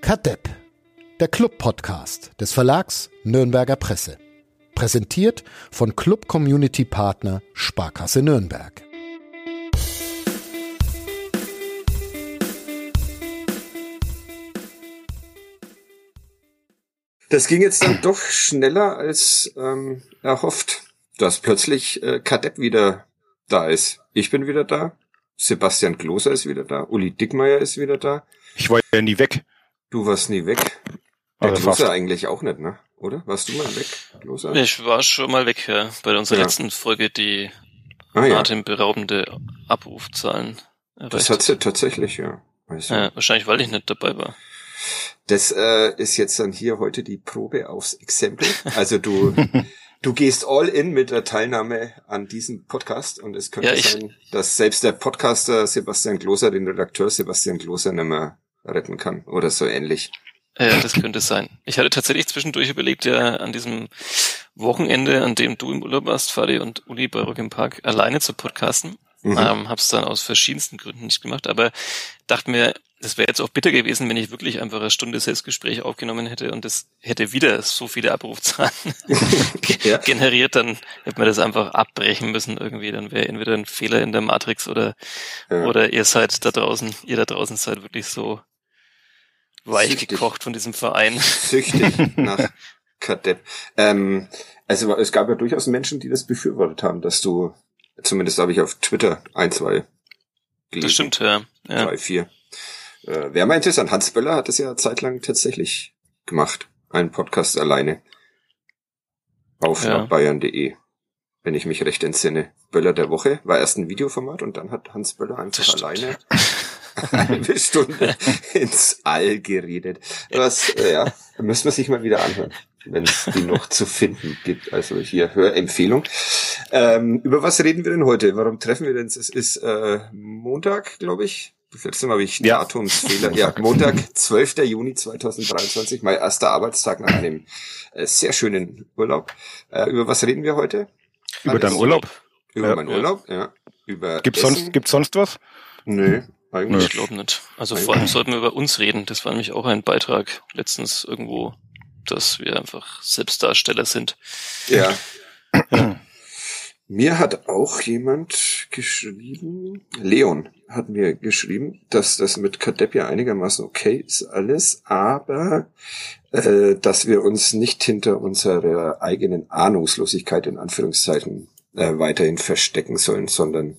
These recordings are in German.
Kadepp, der Club-Podcast des Verlags Nürnberger Presse. Präsentiert von Club-Community-Partner Sparkasse Nürnberg. Das ging jetzt dann doch schneller als erhofft, dass plötzlich Kadepp wieder da ist. Ich bin wieder da, Sebastian Gloser ist wieder da, Uli Dickmeyer ist wieder da. Ich war ja nie weg. Du warst nie weg. Der Gloser eigentlich auch nicht, ne? Oder? Warst du mal weg, Gloser? Ich war schon mal weg, ja. Bei unserer letzten Folge, die atemberaubende Abrufzahlen erreicht. Das hat sie tatsächlich, ja. Wahrscheinlich, weil ich nicht dabei war. Das ist jetzt dann hier heute die Probe aufs Exempel. Also du gehst all in mit der Teilnahme an diesem Podcast und es könnte sein, dass selbst der Podcaster Sebastian Gloser den Redakteur Sebastian Gloser nicht mehr retten kann oder so ähnlich. Ja, das könnte sein. Ich hatte tatsächlich zwischendurch überlegt, ja, an diesem Wochenende, an dem du im Urlaub warst, Fadi, und Uli bei Rock im Park, alleine zu podcasten. Hab's dann aus verschiedensten Gründen nicht gemacht, aber dachte mir, das wäre jetzt auch bitter gewesen, wenn ich wirklich einfach eine Stunde Selbstgespräch aufgenommen hätte und das hätte wieder so viele Abrufzahlen generiert, dann hätte man das einfach abbrechen müssen irgendwie. Dann wäre entweder ein Fehler in der Matrix oder ihr da draußen seid wirklich so weich gekocht von diesem Verein. Süchtig nach Kadepp. Also es gab ja durchaus Menschen, die das befürwortet haben, dass du, zumindest habe ich auf Twitter 1, 2 gelesen. Das stimmt, ja. 3, 4. Wäre mal interessant. Hans Böller hat es ja zeitlang tatsächlich gemacht. Einen Podcast alleine. Auf bayern.de. Wenn ich mich recht entsinne. Böller der Woche war erst ein Videoformat und dann hat Hans Böller einfach alleine eine halbe Stunde ins All geredet. Was, müssen wir sich mal wieder anhören, wenn es die noch zu finden gibt. Also hier Hörempfehlung. Über was reden wir denn heute? Warum treffen wir denn? Es ist Montag, glaube ich. Das letzte Mal habe ich Datumsfehler. Ja, Montag, 12. Juni 2023, mein erster Arbeitstag nach einem sehr schönen Urlaub. Über was reden wir heute? Über deinen Urlaub? Über meinen Urlaub, ja. Gibt's sonst was? Nö, eigentlich. Ich glaube nicht. Also vor allem sollten wir über uns reden. Das war nämlich auch ein Beitrag letztens irgendwo, dass wir einfach Selbstdarsteller sind. Ja. Mir hat auch jemand geschrieben, Leon hat mir geschrieben, dass das mit Kadepp ja einigermaßen okay ist alles, aber dass wir uns nicht hinter unserer eigenen Ahnungslosigkeit in Anführungszeichen weiterhin verstecken sollen, sondern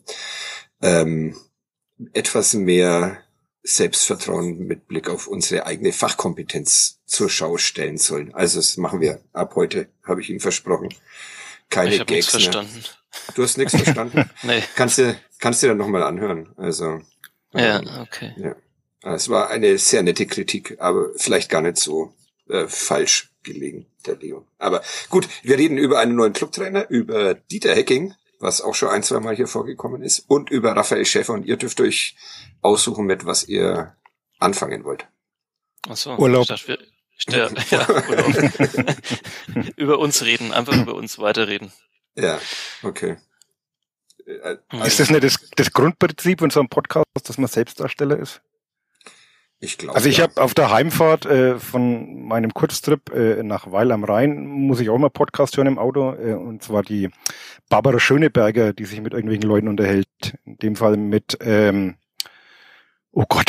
etwas mehr Selbstvertrauen mit Blick auf unsere eigene Fachkompetenz zur Schau stellen sollen. Also das machen wir ab heute, habe ich Ihnen versprochen. Keine ich habe nichts Gags mehr. verstanden. Du hast nichts verstanden? Nee. Kannst du dir dann nochmal anhören. Also okay. Ja. Es war eine sehr nette Kritik, aber vielleicht gar nicht so falsch gelegen, der Leon. Aber gut, wir reden über einen neuen Clubtrainer, über Dieter Hecking, was auch schon 1-2 Mal hier vorgekommen ist, und über Raphael Schäfer. Und ihr dürft euch aussuchen, mit was ihr anfangen wollt. Ach so. Urlaub. Urlaub. Über uns reden, einfach über uns weiterreden. Ja, okay. Ist das nicht das Grundprinzip in so einem Podcast, dass man Selbstdarsteller ist? Ich glaube. Also ich habe auf der Heimfahrt von meinem Kurztrip nach Weil am Rhein, muss ich auch mal Podcast hören im Auto, und zwar die Barbara Schöneberger, die sich mit irgendwelchen Leuten unterhält. In dem Fall mit, oh Gott,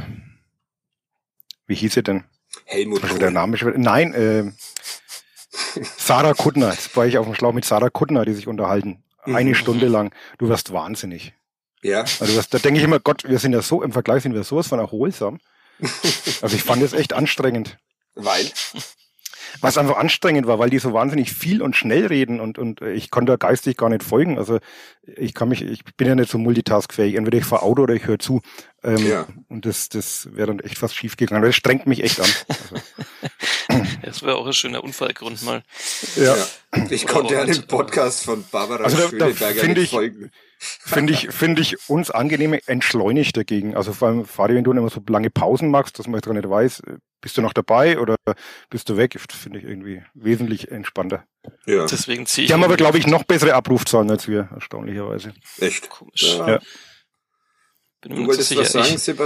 wie hieß sie denn? Helmut Kohl. Der Name schon, nein, Sarah Kuttner. Jetzt war ich auf dem Schlauch mit Sarah Kuttner, die sich unterhalten. Eine Stunde lang. Du wirst wahnsinnig. Ja. Also da denke ich immer, Gott, wir sind ja so, im Vergleich sind wir sowas von erholsam. Also ich fand das echt anstrengend. Weil? Was einfach anstrengend war, weil die so wahnsinnig viel und schnell reden und ich konnte da geistig gar nicht folgen. Also ich bin ja nicht so multitaskfähig. Entweder ich fahre Auto oder ich höre zu. Und das wäre dann echt fast schief gegangen. Das strengt mich echt an. Also. Das wäre auch ein schöner Unfallgrund mal. Ja. Ich konnte einem Podcast von Barbara Schöneberger nicht folgen. Finde ich uns angenehme entschleunigt dagegen. Also vor allem, Fadi, wenn du immer so lange Pausen machst, dass man jetzt gar nicht weiß, bist du noch dabei oder bist du weg, finde ich irgendwie wesentlich entspannter. Ja. Deswegen ziehe ich. Die haben aber, glaube ich, noch bessere Abrufzahlen als wir, erstaunlicherweise. Echt? Komisch. Ja. Du wolltest was sagen, Sebastian?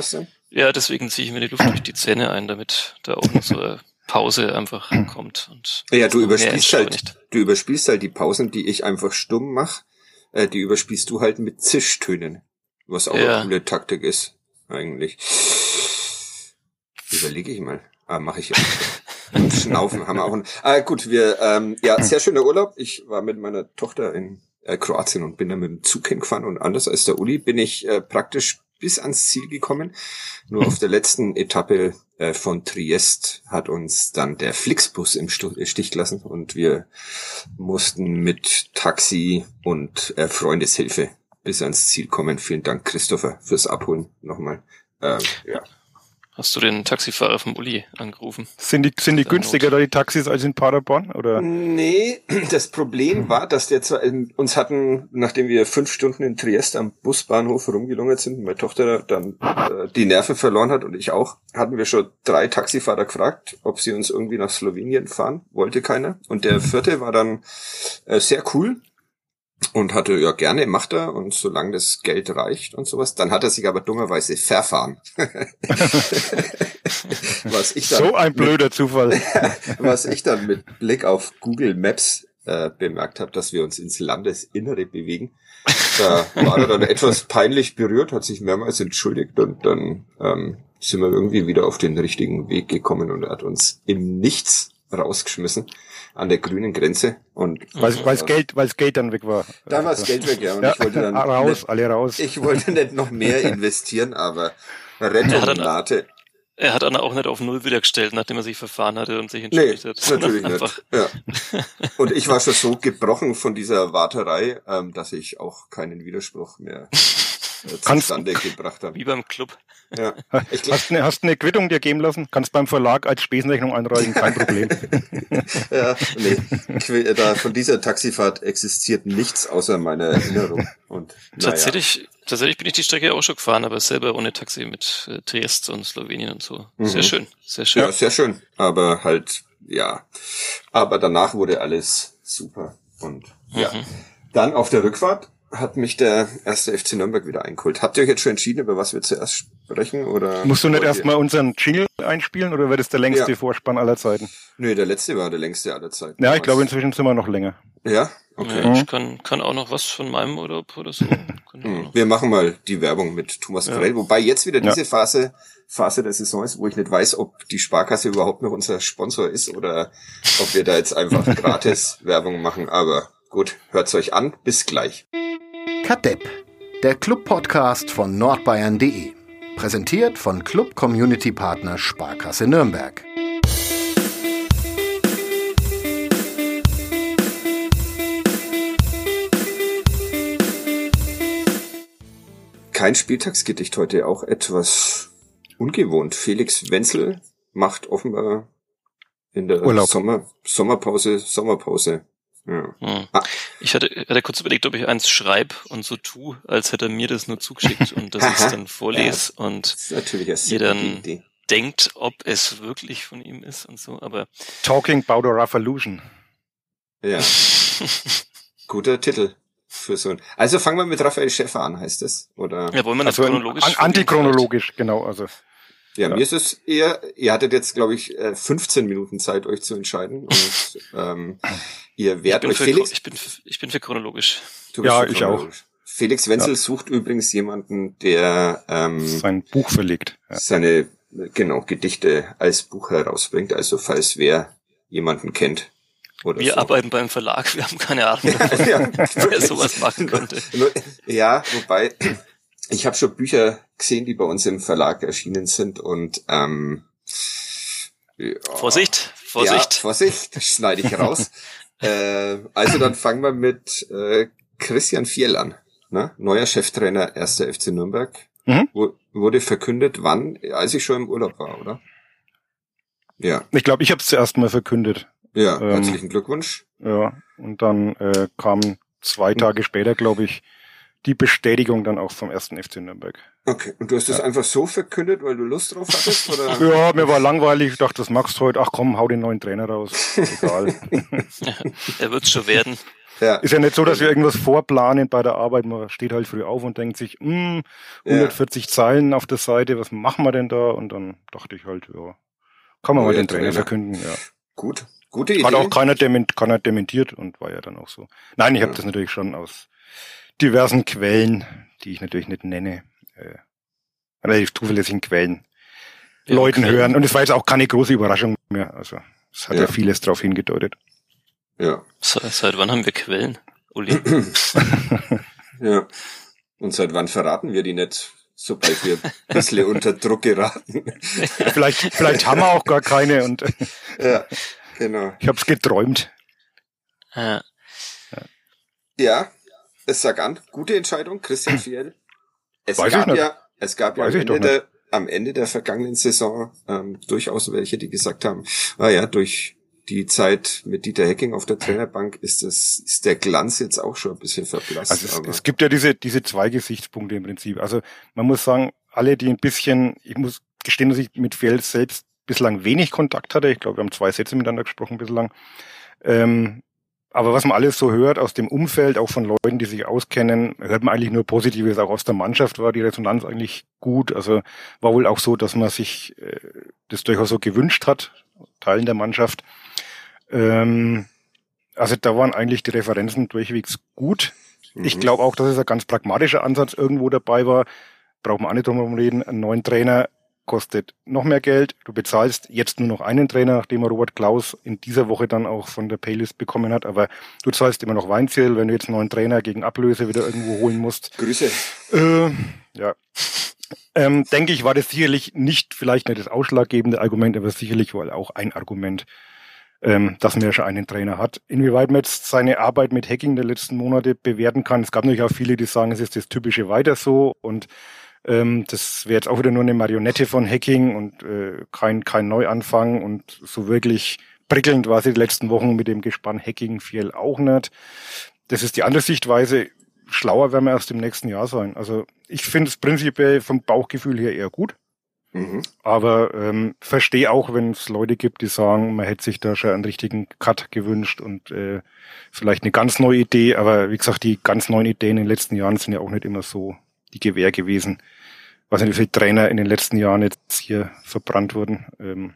Ja, deswegen ziehe ich mir die Luft durch die Zähne ein, damit da auch noch so eine Pause einfach kommt. Und ja, du überspielst halt die Pausen, die ich einfach stumm mache, die überspielst du halt mit Zischtönen, was auch eine coole Taktik ist, eigentlich. Überlege ich mal. Mache ich ja. Und Schnaufen haben wir auch. Gut, sehr schöner Urlaub. Ich war mit meiner Tochter in Kroatien und bin dann mit dem Zug hingefahren und anders als der Uli bin ich praktisch bis ans Ziel gekommen. Nur auf der letzten Etappe von Triest hat uns dann der Flixbus im Stich gelassen und wir mussten mit Taxi und Freundeshilfe bis ans Ziel kommen. Vielen Dank, Christopher, fürs Abholen nochmal. Hast du den Taxifahrer vom Uli angerufen? Sind die günstiger da, die Taxis, als in Paderborn? Oder? Nee, das Problem war, dass der uns hatten, nachdem wir 5 Stunden in Triest am Busbahnhof rumgelungert sind, meine Tochter dann die Nerven verloren hat und ich auch, hatten wir schon 3 Taxifahrer gefragt, ob sie uns irgendwie nach Slowenien fahren. Wollte keiner. Und der 4. war dann sehr cool. Und hatte, ja gerne, macht er, und solange das Geld reicht und sowas. Dann hat er sich aber dummerweise verfahren. Was ich dann so ein blöder Zufall. Was ich dann mit Blick auf Google Maps bemerkt habe, dass wir uns ins Landesinnere bewegen. Da war er dann etwas peinlich berührt, hat sich mehrmals entschuldigt und dann sind wir irgendwie wieder auf den richtigen Weg gekommen und er hat uns im Nichts rausgeschmissen an der grünen Grenze und weil's Geld dann weg war. Da war das Geld weg, ja. Und ich wollte dann alle raus. Ich wollte nicht noch mehr investieren, aber Rettung. Er hat dann auch nicht auf 0 wieder gestellt, nachdem er sich verfahren hatte und sich entschuldigt hat. Natürlich nicht. Ja. Und ich war schon so gebrochen von dieser Warterei, dass ich auch keinen Widerspruch mehr zustande gebracht habe. Wie beim Club. Ja. Hast du eine Quittung dir geben lassen? Kannst beim Verlag als Spesenrechnung einreichen, kein Problem. Ja, nee. Von dieser Taxifahrt existiert nichts außer meiner Erinnerung. Und Tatsächlich bin ich die Strecke auch schon gefahren, aber selber ohne Taxi mit Triest und Slowenien und so. Sehr schön, sehr schön. Ja, sehr schön. Aber halt, ja. Aber danach wurde alles super. Und ja. Dann auf der Rückfahrt hat mich der 1. FC Nürnberg wieder eingeholt. Habt ihr euch jetzt schon entschieden, über was wir zuerst sprechen? Oder musst du nicht erstmal unseren Jingle einspielen oder wird es der längste Vorspann aller Zeiten? Nee, der letzte war der längste aller Zeiten. Ja, ich glaube, inzwischen sind wir noch länger. Ja? Okay. Ja, ich kann auch noch was von meinem Urlaub oder so. Wir machen mal die Werbung mit Thomas Korell, wobei jetzt wieder diese Phase der Saison ist, wo ich nicht weiß, ob die Sparkasse überhaupt noch unser Sponsor ist oder ob wir da jetzt einfach gratis Werbung machen, aber gut, hört's euch an, bis gleich. Kadepp, der Club-Podcast von nordbayern.de. Präsentiert von Club-Community-Partner Sparkasse Nürnberg. Kein Spieltagsgedicht heute, auch etwas ungewohnt. Felix Wenzel macht offenbar in der Sommerpause. Ja. Ich hatte kurz überlegt, ob ich eins schreibe und so tue, als hätte er mir das nur zugeschickt und dass ich es dann vorlese und ihr dann denkt, ob es wirklich von ihm ist und so, aber Talking about a Revolution. Ja. Guter Titel für so ein. Also fangen wir mit Raphael Schäffer an, heißt es? Oder? Ja, wollen wir das chronologisch? Antichronologisch, genau, also. Ja, mir ist es eher, ihr hattet jetzt, glaube ich, 15 Minuten Zeit, euch zu entscheiden. Und ihr werdet euch Felix. Ich bin für chronologisch. Ja, ich auch. Felix Wenzel sucht übrigens jemanden, der sein Buch verlegt. Ja. Seine Gedichte als Buch herausbringt. Also falls wer jemanden kennt. Oder wir arbeiten beim Verlag, wir haben keine Ahnung, wer sowas machen könnte. Ja, wobei. Ich habe schon Bücher gesehen, die bei uns im Verlag erschienen sind und Vorsicht! Ja, Vorsicht, schneide ich raus. Also dann fangen wir mit Christian Fiel an, ne? Neuer Cheftrainer 1. FC Nürnberg. Wurde verkündet, wann? Als ich schon im Urlaub war, oder? Ja. Ich glaube, ich habe es zuerst mal verkündet. Ja, herzlichen Glückwunsch. Ja, und dann kam 2 Tage später, glaube ich, die Bestätigung dann auch vom 1. FC Nürnberg. Okay, und du hast das einfach so verkündet, weil du Lust drauf hattest, oder? Ja, mir war langweilig, ich dachte, das magst du heute. Ach komm, hau den neuen Trainer raus. Egal. Er wird's schon werden. Ja. Ist ja nicht so, dass wir irgendwas vorplanen bei der Arbeit. Man steht halt früh auf und denkt sich, 140 Zeilen auf der Seite, was machen wir denn da? Und dann dachte ich halt, ja, kann man mal den Trainer verkünden. Ja. Gute Idee. Hat auch keiner dementiert und war ja dann auch so. Nein, ich habe das natürlich schon aus diversen Quellen, die ich natürlich nicht nenne, relativ zuverlässigen Quellen, Leuten hören. Und es war jetzt auch keine große Überraschung mehr. Also es hat ja vieles darauf hingedeutet. Ja. Seit wann haben wir Quellen, Uli? Ja. Und seit wann verraten wir die nicht, sobald wir ein bisschen unter Druck geraten? Vielleicht haben wir auch gar keine. Und ja, genau. Ich habe es geträumt. Ja, es sag an. Gute Entscheidung, Christian Fiel. Es gab ja am Ende der vergangenen Saison durchaus welche, die gesagt haben, durch die Zeit mit Dieter Hecking auf der Trainerbank ist der Glanz jetzt auch schon ein bisschen verblasst. Also es gibt ja diese zwei Gesichtspunkte im Prinzip. Also man muss sagen, alle, die ein bisschen, ich muss gestehen, dass ich mit Fiel selbst bislang wenig Kontakt hatte. Ich glaube, wir haben 2 Sätze miteinander gesprochen bislang. Aber was man alles so hört aus dem Umfeld, auch von Leuten, die sich auskennen, hört man eigentlich nur Positives. Auch aus der Mannschaft war die Resonanz eigentlich gut. Also war wohl auch so, dass man sich das durchaus so gewünscht hat, Teilen der Mannschaft. Also da waren eigentlich die Referenzen durchwegs gut. Ich glaube auch, dass es ein ganz pragmatischer Ansatz irgendwo dabei war. Braucht man auch nicht drum herum reden. Einen neuen Trainer kostet noch mehr Geld. Du bezahlst jetzt nur noch einen Trainer, nachdem Robert Klaus in dieser Woche dann auch von der Paylist bekommen hat. Aber du zahlst immer noch Weinziel, wenn du jetzt einen neuen Trainer gegen Ablöse wieder irgendwo holen musst. Grüße. Ja. Denke ich, war das sicherlich vielleicht nicht das ausschlaggebende Argument, aber sicherlich wohl auch ein Argument, dass man ja schon einen Trainer hat. Inwieweit man jetzt seine Arbeit mit Hacking der letzten Monate bewerten kann. Es gab natürlich auch viele, die sagen, es ist das typische weiter so und das wäre jetzt auch wieder nur eine Marionette von Hacking und kein Neuanfang und so wirklich prickelnd war sie die letzten Wochen mit dem Gespann Hacking Fiel auch nicht. Das ist die andere Sichtweise. Schlauer werden wir erst im nächsten Jahr sein. Also ich finde es prinzipiell vom Bauchgefühl her eher gut. Aber verstehe auch, wenn es Leute gibt, die sagen, man hätte sich da schon einen richtigen Cut gewünscht und vielleicht eine ganz neue Idee. Aber wie gesagt, die ganz neuen Ideen in den letzten Jahren sind ja auch nicht immer so die Gewähr gewesen. Was nicht, wie viele Trainer in den letzten Jahren jetzt hier verbrannt wurden.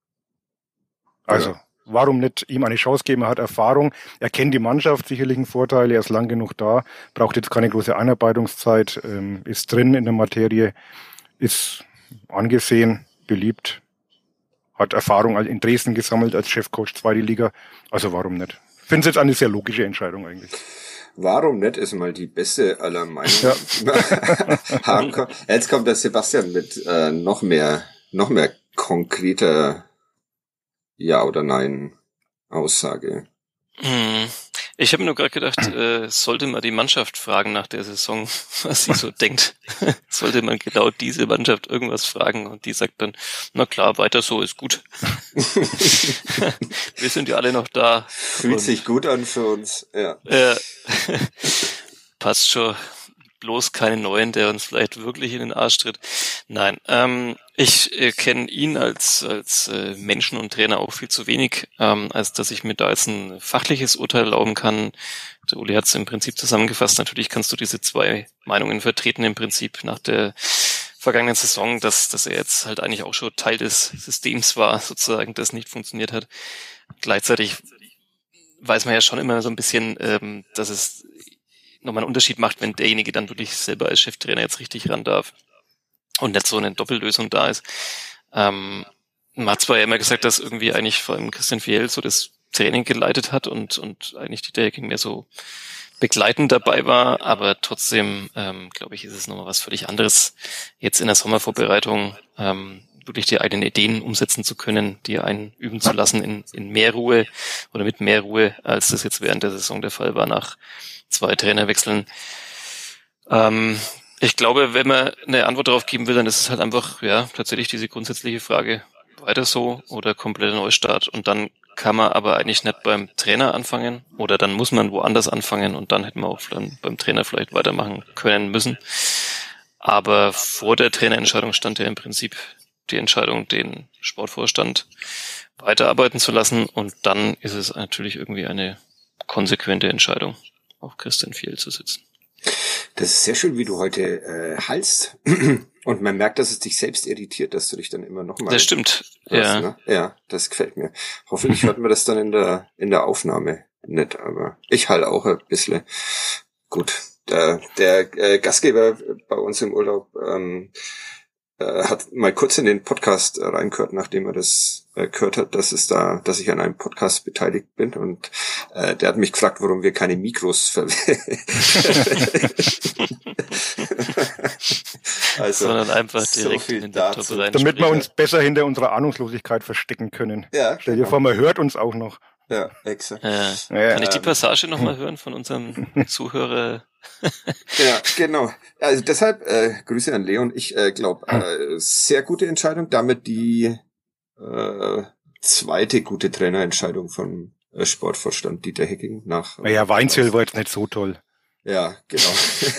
Warum nicht ihm eine Chance geben? Er hat Erfahrung, er kennt die Mannschaft, sicherlich einen Vorteil, er ist lang genug da, braucht jetzt keine große Einarbeitungszeit, ist drin in der Materie, ist angesehen, beliebt, hat Erfahrung in Dresden gesammelt als Chefcoach 2. Liga, also warum nicht? Ich finde es jetzt eine sehr logische Entscheidung eigentlich. Warum nicht, ist mal die beste aller Meinungen. Ja. Jetzt kommt der Sebastian mit noch mehr konkreter Ja- oder Nein-Aussage. Ich habe mir nur gerade gedacht, sollte man die Mannschaft fragen nach der Saison, was sie so denkt. Sollte man genau diese Mannschaft irgendwas fragen und die sagt dann, na klar, weiter so ist gut. Wir sind ja alle noch da. Fühlt sich gut an für uns, ja. Passt schon. Bloß keinen neuen, der uns vielleicht wirklich in den Arsch tritt. Nein, ich kenne ihn als Menschen und Trainer auch viel zu wenig, als dass ich mir da jetzt ein fachliches Urteil erlauben kann. Der Uli hat es im Prinzip zusammengefasst. Natürlich kannst du diese 2 Meinungen vertreten im Prinzip nach der vergangenen Saison, dass er jetzt halt eigentlich auch schon Teil des Systems war, sozusagen, das nicht funktioniert hat. Gleichzeitig weiß man ja schon immer so ein bisschen, dass es nochmal einen Unterschied macht, wenn derjenige dann wirklich selber als Cheftrainer jetzt richtig ran darf und nicht so eine Doppellösung da ist. Man hat zwar ja immer gesagt, dass irgendwie eigentlich vor allem Christian Fiel so das Training geleitet hat und eigentlich Dieter Hecking mehr so begleitend dabei war, aber trotzdem, glaube ich, ist es nochmal was völlig anderes, jetzt in der Sommervorbereitung wirklich die eigenen Ideen umsetzen zu können, die einen üben zu lassen in mehr Ruhe oder mit mehr Ruhe, als das jetzt während der Saison der Fall war nach 2 Trainerwechseln. Ich glaube, wenn man eine Antwort darauf geben will, dann ist es halt einfach, ja, tatsächlich diese grundsätzliche Frage, weiter so oder kompletter Neustart. Und dann kann man aber eigentlich nicht beim Trainer anfangen oder dann muss man woanders anfangen und dann hätten wir auch dann beim Trainer vielleicht weitermachen können müssen. Aber vor der Trainerentscheidung stand ja im Prinzip die Entscheidung, den Sportvorstand weiterarbeiten zu lassen und dann ist es natürlich irgendwie eine konsequente Entscheidung, auf Christian Fjell zu sitzen. Das ist sehr schön, wie du heute hallst. Und man merkt, dass es dich selbst irritiert, dass du dich dann immer noch mal... Das stimmt, ja. Ne? Ja, das gefällt mir. Hoffentlich hört man das dann in der Aufnahme nicht, aber ich hall auch ein bisschen. Gut, der Gastgeber bei uns im Urlaub hat mal kurz in den Podcast reingehört, nachdem er das gehört hat, dass ich an einem Podcast beteiligt bin, und der hat mich gefragt, warum wir keine Mikros verwenden. Also, sondern einfach direkt so in den Laptop rein. Damit wir uns besser hinter unserer Ahnungslosigkeit verstecken können. Ja, stell dir vor, man hört uns auch noch. Ja, exakt. Kann ich die Passage nochmal hören von unserem Zuhörer? Ja, genau. Also deshalb Grüße an Leon. Ich glaube, sehr gute Entscheidung. Damit die zweite gute Trainerentscheidung von Sportvorstand Dieter Hecking nach. Ja, Weinzierl war jetzt nicht so toll. Ja, genau.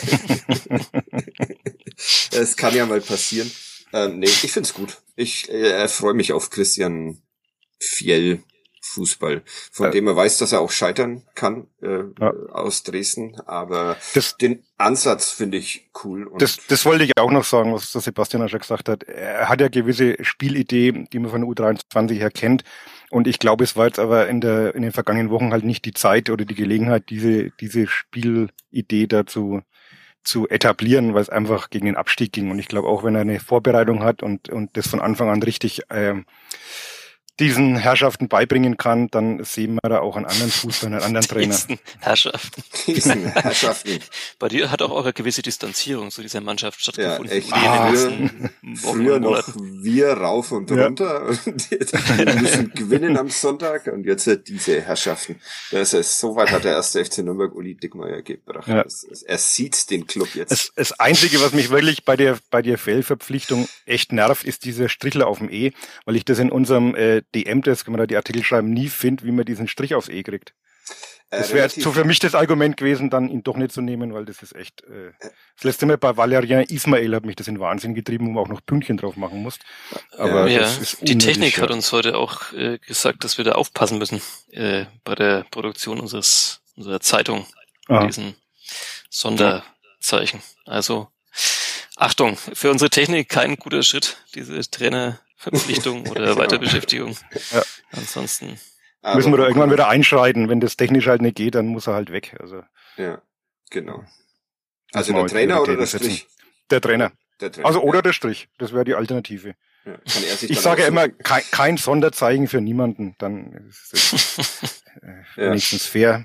Es kann ja mal passieren. Nee, ich find's gut. Ich freue mich auf Christian Fjell Fußball, von dem er weiß, dass er auch scheitern kann aus Dresden, aber den Ansatz finde ich cool. Und das wollte ich auch noch sagen, was der Sebastian auch schon gesagt hat. Er hat ja gewisse Spielidee, die man von der U23 her kennt, und ich glaube, es war jetzt aber in den vergangenen Wochen halt nicht die Zeit oder die Gelegenheit, diese Spielidee dazu zu etablieren, weil es einfach gegen den Abstieg ging. Und ich glaube auch, wenn er eine Vorbereitung hat und das von Anfang an richtig diesen Herrschaften beibringen kann, dann sehen wir da auch einen anderen Fußball, einen anderen Trainer. Diesen Herrschaften. Bei dir hat auch eine gewisse Distanzierung zu dieser Mannschaft stattgefunden. Ja, echt. Früher noch wir rauf und runter und wir müssen gewinnen am Sonntag, und jetzt diese Herrschaften. Das ist, so weit hat der erste FC Nürnberg Uli Dickmeyer gebracht. Ja. Er sieht den Club jetzt. Das Einzige, was mich wirklich bei der Fehlverpflichtung echt nervt, ist dieser Strichler auf dem E, weil ich das in unserem DM, das kann man da die Artikel schreiben, nie finde, wie man diesen Strich aufs E kriegt. Das wäre jetzt so für mich das Argument gewesen, dann ihn doch nicht zu nehmen, weil das ist echt, das letzte Mal bei Valérien Ismaël hat mich das in Wahnsinn getrieben, wo man auch noch Pünktchen drauf machen muss. Aber das ist die Technik hat uns heute auch gesagt, dass wir da aufpassen müssen, bei der Produktion unserer Zeitung, diesen Sonderzeichen. Also, Achtung, für unsere Technik kein guter Schritt, diese Trainerverpflichtung oder Weiterbeschäftigung. Ja. Ansonsten müssen wir da irgendwann wieder einschreiten. Wenn das technisch halt nicht geht, dann muss er halt weg. Also ja, genau. Also der Trainer oder der Strich? Der Trainer. Also oder der Strich. Das wäre die Alternative. Ja. Kann er sich ich sage ja immer, kein Sonderzeichen für niemanden. Dann ist es wenigstens fair.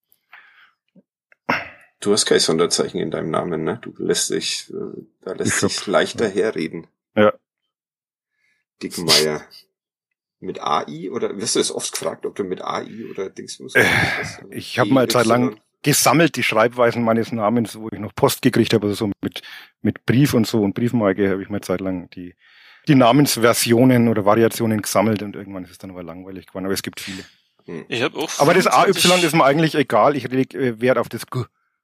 Du hast kein Sonderzeichen in deinem Namen, ne? Du lässt sich leichter herreden. Ja. Dickmeyer. Mit AI, oder wirst du das oft gefragt, ob du mit AI oder Dings musst? Ich habe mal Zeit lang gesammelt die Schreibweisen meines Namens, wo ich noch Post gekriegt habe, also so mit Brief und so und Briefmarke habe ich mal Zeit lang die Namensversionen oder Variationen gesammelt, und irgendwann ist es dann aber langweilig geworden, aber es gibt viele. Ich habe auch. Aber das AY ist mir eigentlich egal, ich lege Wert auf das G.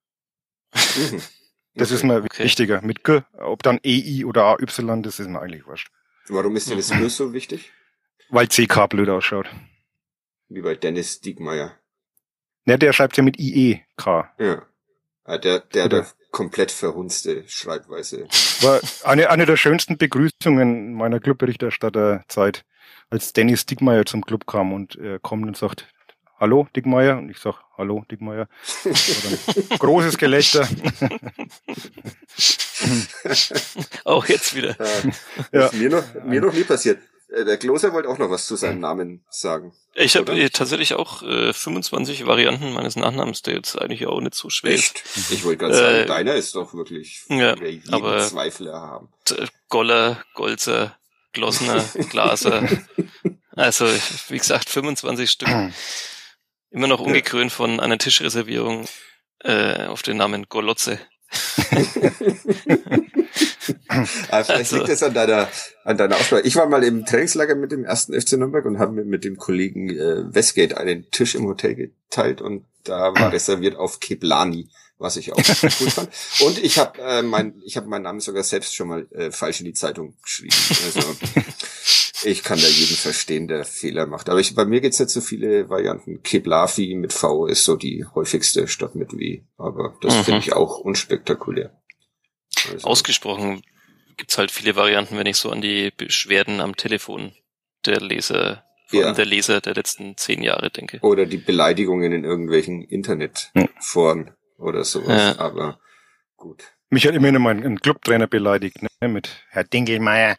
Das ist mir wichtiger. Mit G, ob dann EI oder AY, das ist mir eigentlich wurscht. Warum ist dir das G so wichtig? Weil CK blöd ausschaut. Wie bei Dennis Diekmeyer. Ne, der schreibt ja mit IEK. Ja. Der komplett verhunzte Schreibweise. War eine der schönsten Begrüßungen meiner Clubberichterstatterzeit, als Dennis Diekmeyer zum Club kam und er kommt und sagt, hallo Diekmeyer, und ich sag, hallo Diekmeyer. Großes Gelächter. Auch jetzt wieder. Das ist mir noch nie passiert. Der Kloser wollte auch noch was zu seinem Namen sagen. Ich habe tatsächlich auch 25 Varianten meines Nachnamens, der jetzt eigentlich auch nicht so schwer ist. Ich wollte gerade sagen, deiner ist doch wirklich aber Zweifel haben. Goller, Golzer, Glossner, Glaser. Also, wie gesagt, 25 Stück. Immer noch ungekrönt von einer Tischreservierung auf den Namen Golotze. Vielleicht liegt das an deiner Aussprache. Ich war mal im Trainingslager mit dem 1. FC Nürnberg und haben mit dem Kollegen Westgate einen Tisch im Hotel geteilt, und da war reserviert auf Keblani, was ich auch cool fand. Und ich habe meinen Namen sogar selbst schon mal falsch in die Zeitung geschrieben. Also Ich kann da jeden verstehen, der Fehler macht. Aber bei mir gibt's nicht so viele Varianten. Keblafi mit V ist so die häufigste statt mit W. Aber das finde ich auch unspektakulär. Also. Ausgesprochen gibt's halt viele Varianten, wenn ich so an die Beschwerden am Telefon der Leser, vor allem der Leser der letzten 10 Jahre denke. Oder die Beleidigungen in irgendwelchen Internetforen oder sowas. Ja. Aber gut. Mich hat immerhin mal ein Clubtrainer beleidigt, ne, mit Herr Dinkelmeier.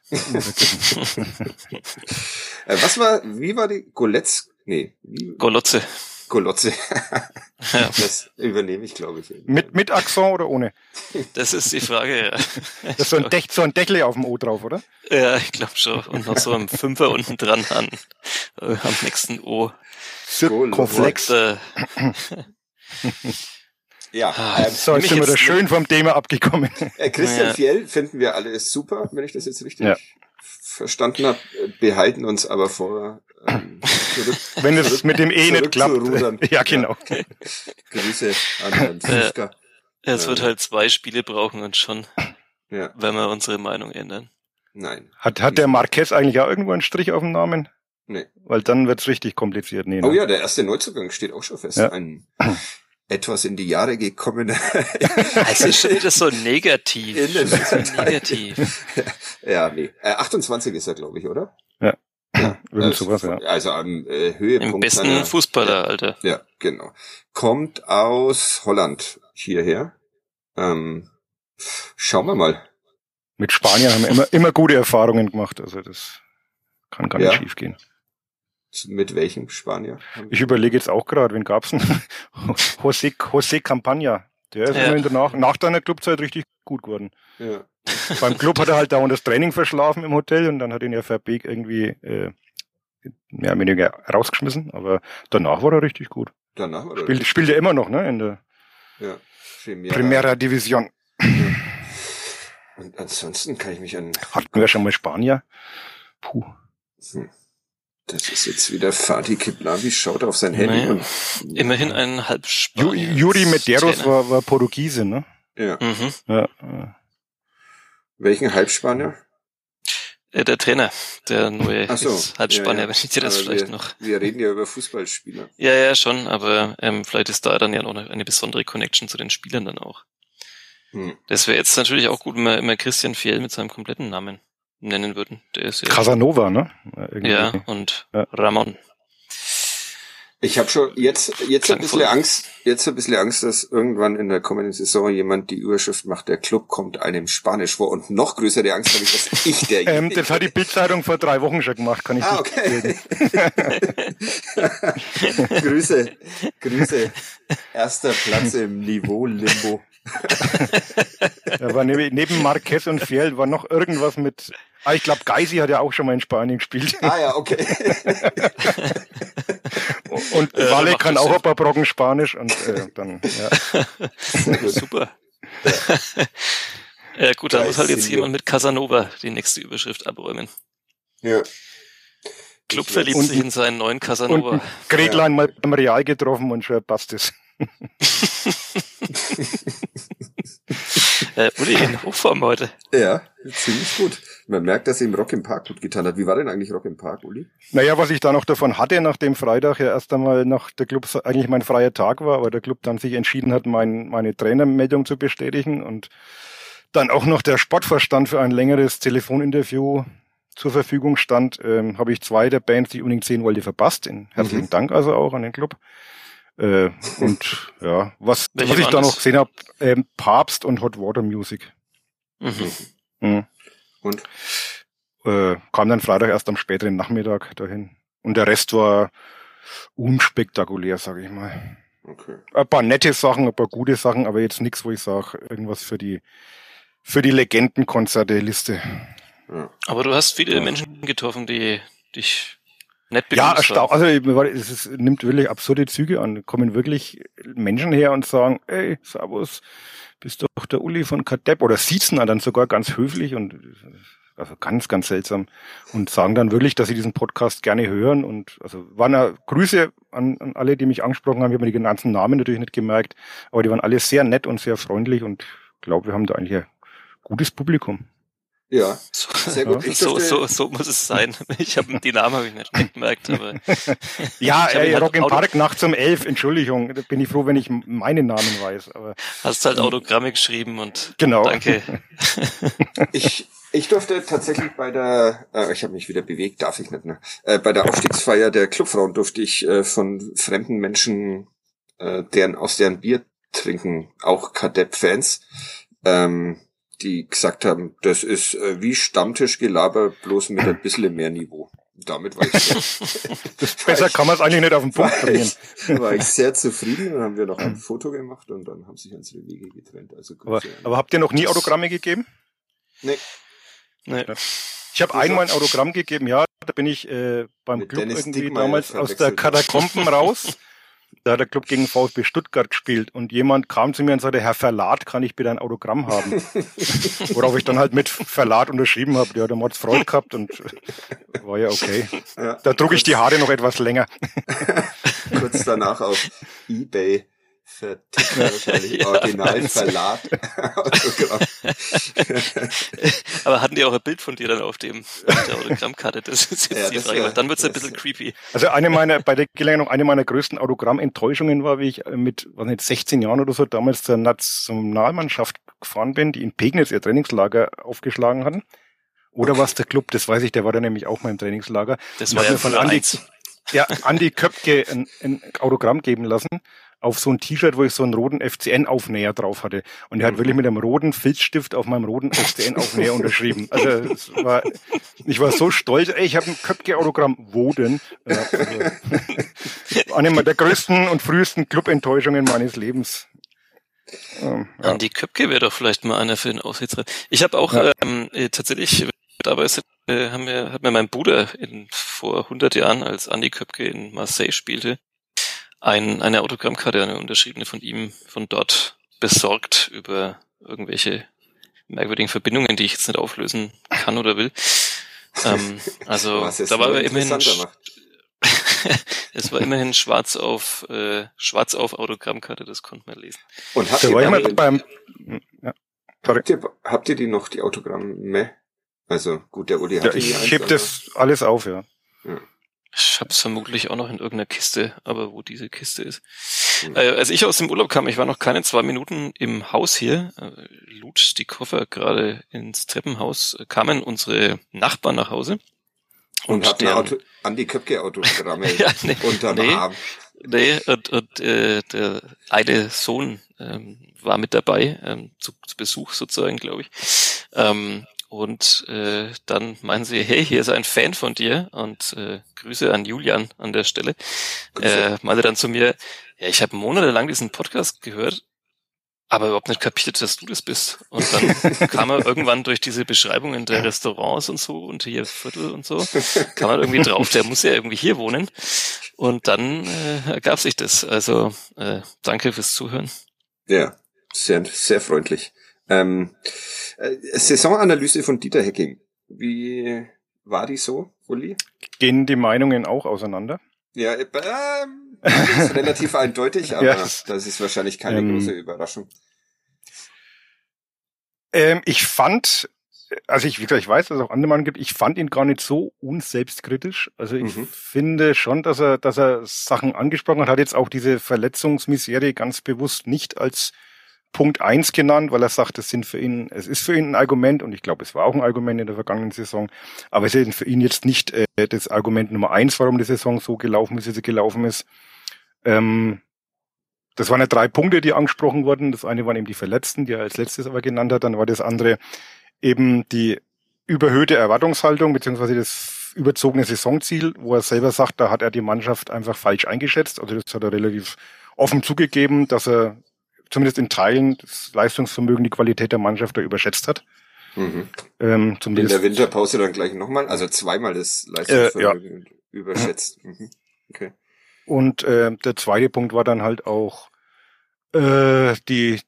Wie war die? Golotze. Ja. Das übernehme ich, glaube ich. Mit Akzent oder ohne? Das ist die Frage, ja. Das ist so ein Deckel auf dem O drauf, oder? Ja, ich glaube schon. Und noch so ein Fünfer unten dran am nächsten O. Komplex. Ja. So, jetzt sind wir da schön vom Thema abgekommen. Christian Fjell finden wir alle super, wenn ich das jetzt richtig verstanden habe. Behalten uns aber vor, wenn es mit dem nicht klappt. Ja, genau. Ja. Grüße an Herrn Fußka. Es wird halt 2 Spiele brauchen und schon, wenn wir unsere Meinung ändern. Nein. Hat der Marquez eigentlich auch irgendwo einen Strich auf dem Namen? Nee. Weil dann wird's richtig kompliziert. Nee, Oh ja, der erste Neuzugang steht auch schon fest. Ja. Ein etwas in die Jahre gekommener. Es ist schon wieder so negativ. Ja, nee. 28 ist er, glaube ich, oder? Ja. Sowas, ja. Also am Höhepunkt. Im besten Fußballer, Alter. Ja, genau. Kommt aus Holland hierher. Schauen wir mal. Mit Spaniern haben wir immer gute Erfahrungen gemacht. Also das kann gar nicht schief gehen. Mit welchem Spanier? Ich überlege jetzt auch gerade, wen gab's denn? José Campaña. Der ist immer nach deiner Clubzeit richtig gut geworden. Ja. Beim Club hat er halt dauernd das Training verschlafen im Hotel und dann hat ihn ja Verbeek irgendwie mehr oder weniger rausgeschmissen, aber danach war er richtig gut. Spielt er immer noch, ne? In der Primera División. Ja. Und ansonsten kann ich mich an... Hatten wir schon mal Spanier? Puh. Das ist jetzt wieder Fatih Keblavi, schaut auf sein Handy. Naja, immerhin ein Halbspanier. Juri Medeiros war Portugiese, ne? Ja. Ja. Welchen Halbspanier? Der Trainer, der neue Halbspanier, wenn ich dir das vielleicht noch... Wir reden ja über Fußballspieler. Ja, schon, aber vielleicht ist da dann ja noch eine besondere Connection zu den Spielern dann auch. Das wäre jetzt natürlich auch gut, wenn wir immer Christian Fjell mit seinem kompletten Namen nennen würden. Der ist Casanova, ne? Ja, und Ramon. Ich habe schon jetzt ein bisschen Angst, dass irgendwann in der kommenden Saison jemand die Überschrift macht, der Club kommt einem Spanisch vor, und noch größere Angst habe ich, dass ich derjenige... Das hat die Bildzeitung vor 3 Wochen schon gemacht, kann ich okay. Grüße. Erster Platz im Niveau-Limbo. Da war neben Marquez und Fjell war noch irgendwas mit... ich glaube, Geisi hat ja auch schon mal in Spanien gespielt. Ja, okay. Und Walle kann auch ein paar Brocken Spanisch und dann, Super. Ja gut, dann muss halt jetzt jemand mit Casanova die nächste Überschrift abräumen. Ja. Club verliebt sich in seinen neuen Casanova. Und Gretlein mal beim Real getroffen und schon passt es. Uli, in Hochform heute. Ja, ziemlich gut. Man merkt, dass ihm Rock im Park gut getan hat. Wie war denn eigentlich Rock im Park, Uli? Naja, was ich da noch davon hatte, nachdem Freitag ja erst einmal nach der Club eigentlich mein freier Tag war, aber der Club dann sich entschieden hat, meine Trainermeldung zu bestätigen und dann auch noch der Sportvorstand für ein längeres Telefoninterview zur Verfügung stand, habe ich 2 der Bands, die ich unbedingt sehen wollte, verpasst. Herzlichen Dank also auch an den Club. Und ja, was ich da noch gesehen habe, Papst und Hot Water Music. Und? Kam dann Freitag erst am späteren Nachmittag dahin. Und der Rest war unspektakulär, sage ich mal. Okay. Ein paar nette Sachen, ein paar gute Sachen, aber jetzt nichts, wo ich sage, irgendwas für die Legendenkonzerte-Liste. Ja. Aber du hast viele Menschen getroffen, die dich nett begrüßt haben. Also es nimmt wirklich absurde Züge an. Kommen wirklich Menschen her und sagen, ey, servus, bist doch der Uli von Kadepp, oder siezen dann sogar ganz höflich und also ganz, ganz seltsam und sagen dann wirklich, dass sie diesen Podcast gerne hören, und also waren ja Grüße an alle, die mich angesprochen haben. Ich habe mir die ganzen Namen natürlich nicht gemerkt, aber die waren alle sehr nett und sehr freundlich und ich glaube, wir haben da eigentlich ein gutes Publikum. Ja, sehr gut. So muss es sein. Die Namen habe ich nicht gemerkt, aber. Ja, Rock im Park nachts um 11, Entschuldigung, da bin ich froh, wenn ich meinen Namen weiß. Aber hast halt Autogramme geschrieben und genau. Danke. Ich durfte tatsächlich bei der, ich habe mich wieder bewegt, darf ich nicht, ne? Bei der Aufstiegsfeier der Clubfrauen durfte ich von fremden Menschen, aus deren Bier trinken, auch Kadepp-Fans, die gesagt haben, das ist wie Stammtischgelaber, bloß mit ein bisschen mehr Niveau. Damit war ich besser kann man es eigentlich nicht auf den Punkt bringen. War ich sehr zufrieden, dann haben wir noch ein Foto gemacht und dann haben sich unsere Wege getrennt. Also aber habt ihr noch nie Autogramme gegeben? Nee. Ich habe einmal ein Autogramm gegeben, ja, da bin ich beim mit Club Dennis irgendwie Dickmeyer damals aus der Katakomben raus. Da hat der Club gegen VfB Stuttgart gespielt und jemand kam zu mir und sagte, Herr Verlat, kann ich bitte ein Autogramm haben? Worauf ich dann halt mit Verlat unterschrieben habe. Ja, der hat's Freude gehabt und war ja okay. Ja, da trug ich die Haare noch etwas länger. Kurz danach auf eBay vertickt wahrscheinlich Original Verlat. Aber hatten die auch ein Bild von dir dann auf der Autogrammkarte? Das ist jetzt die Frage. Dann wird's ein bisschen creepy. Also bei der Gelegenheit eine meiner größten Autogrammenttäuschungen war, wie ich mit 16 Jahren oder so damals zur Nationalmannschaft gefahren bin, die in Pegnitz ihr Trainingslager aufgeschlagen hatten. Oder was der Club, das weiß ich, der war da nämlich auch mal im Trainingslager. Das war ja von Andi Köpke ein Autogramm geben lassen auf so ein T-Shirt, wo ich so einen roten FCN-Aufnäher drauf hatte. Und er hat wirklich mit einem roten Filzstift auf meinem roten FCN-Aufnäher unterschrieben. Also ich war so stolz, ich habe ein Köpke-Autogramm. Wo denn? Eine der größten und frühesten Club-Enttäuschungen meines Lebens. Andi Köpke wäre doch vielleicht mal einer für den Aufsichtsrat. Ich habe auch tatsächlich dabei hat mir mein Bruder vor 100 Jahren, als Andi Köpke in Marseille spielte, eine Autogrammkarte, eine unterschriebene von ihm, von dort besorgt über irgendwelche merkwürdigen Verbindungen, die ich jetzt nicht auflösen kann oder will. Also da war er immerhin es war immerhin schwarz auf Autogrammkarte, das konnte man lesen. Und habt ihr die noch, die Autogramme? Also gut, der Uli hat ich heb das alles auf, ja. Ich hab's vermutlich auch noch in irgendeiner Kiste, aber wo diese Kiste ist. Als ich aus dem Urlaub kam, ich war noch keine 2 Minuten im Haus hier, lud die Koffer gerade ins Treppenhaus, kamen unsere Nachbarn nach Hause. Und hatten Andi Köpke Autogramme unterm Arm. Nee, und der eine Sohn war mit dabei, zu Besuch sozusagen, glaube ich. Und dann meinen sie, hey, hier ist ein Fan von dir und Grüße an Julian an der Stelle. Meinte dann zu mir, ja, ich habe monatelang diesen Podcast gehört, aber überhaupt nicht kapiert, dass du das bist. Und dann kam er irgendwann durch diese Beschreibungen der Restaurants und so und hier Viertel und so, kam er irgendwie drauf, der muss ja irgendwie hier wohnen. Und dann ergab sich das. Also danke fürs Zuhören. Ja, sehr, sehr freundlich. Saisonanalyse von Dieter Hecking. Wie war die so, Uli? Gehen die Meinungen auch auseinander? Ja, das ist relativ eindeutig, aber das ist wahrscheinlich keine große Überraschung. Ich fand, also ich weiß, dass es auch andere Meinungen gibt, ich fand ihn gar nicht so unselbstkritisch. Also ich finde schon, dass er Sachen angesprochen hat jetzt auch diese Verletzungsmisere ganz bewusst nicht als Punkt 1 genannt, weil er sagt, es ist für ihn ein Argument und ich glaube, es war auch ein Argument in der vergangenen Saison, aber es ist für ihn jetzt nicht das Argument Nummer 1, warum die Saison so gelaufen ist, wie sie gelaufen ist. Das waren ja 3 Punkte, die angesprochen wurden. Das eine waren eben die Verletzten, die er als letztes aber genannt hat. Dann war das andere eben die überhöhte Erwartungshaltung beziehungsweise das überzogene Saisonziel, wo er selber sagt, da hat er die Mannschaft einfach falsch eingeschätzt. Also das hat er relativ offen zugegeben, dass er zumindest in Teilen das Leistungsvermögen, die Qualität der Mannschaft da überschätzt hat. In der Winterpause dann gleich nochmal, also zweimal das Leistungsvermögen überschätzt. Okay. Und der zweite Punkt war dann halt auch die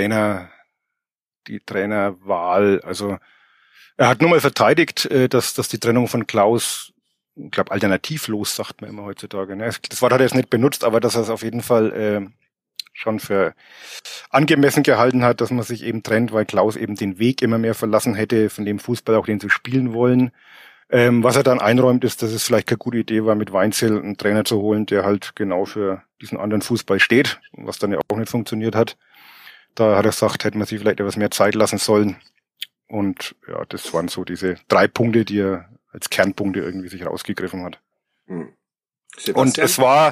Trainerwahl. Also er hat nur mal verteidigt, dass die Trennung von Klaus, ich glaube, alternativlos sagt man immer heutzutage. Ne? Das Wort hat er jetzt nicht benutzt, aber dass er es auf jeden Fall schon für angemessen gehalten hat, dass man sich eben trennt, weil Klaus eben den Weg immer mehr verlassen hätte, von dem Fußball auch den sie spielen wollen. Was er dann einräumt, ist, dass es vielleicht keine gute Idee war, mit Weinzierl einen Trainer zu holen, der halt genau für diesen anderen Fußball steht, was dann ja auch nicht funktioniert hat. Da hat er gesagt, hätte man sich vielleicht etwas mehr Zeit lassen sollen. Und ja, das waren so diese 3 Punkte, die er als Kernpunkte irgendwie sich rausgegriffen hat. Und es war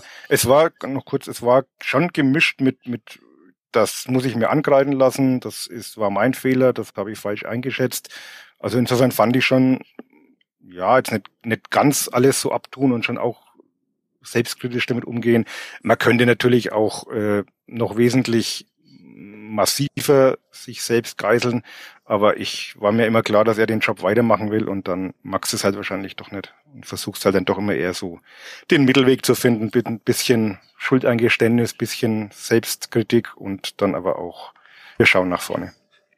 schon gemischt mit das muss ich mir angreifen lassen, war mein Fehler, das habe ich falsch eingeschätzt. Also insofern fand ich schon, ja, jetzt nicht ganz alles so abtun und schon auch selbstkritisch damit umgehen. Man könnte natürlich auch noch wesentlich massiver sich selbst geißeln, aber ich war mir immer klar, dass er den Job weitermachen will und dann magst du es halt wahrscheinlich doch nicht und versuchst halt dann doch immer eher so den Mittelweg zu finden, mit ein bisschen Schuldeingeständnis, bisschen Selbstkritik und dann aber auch, wir schauen nach vorne.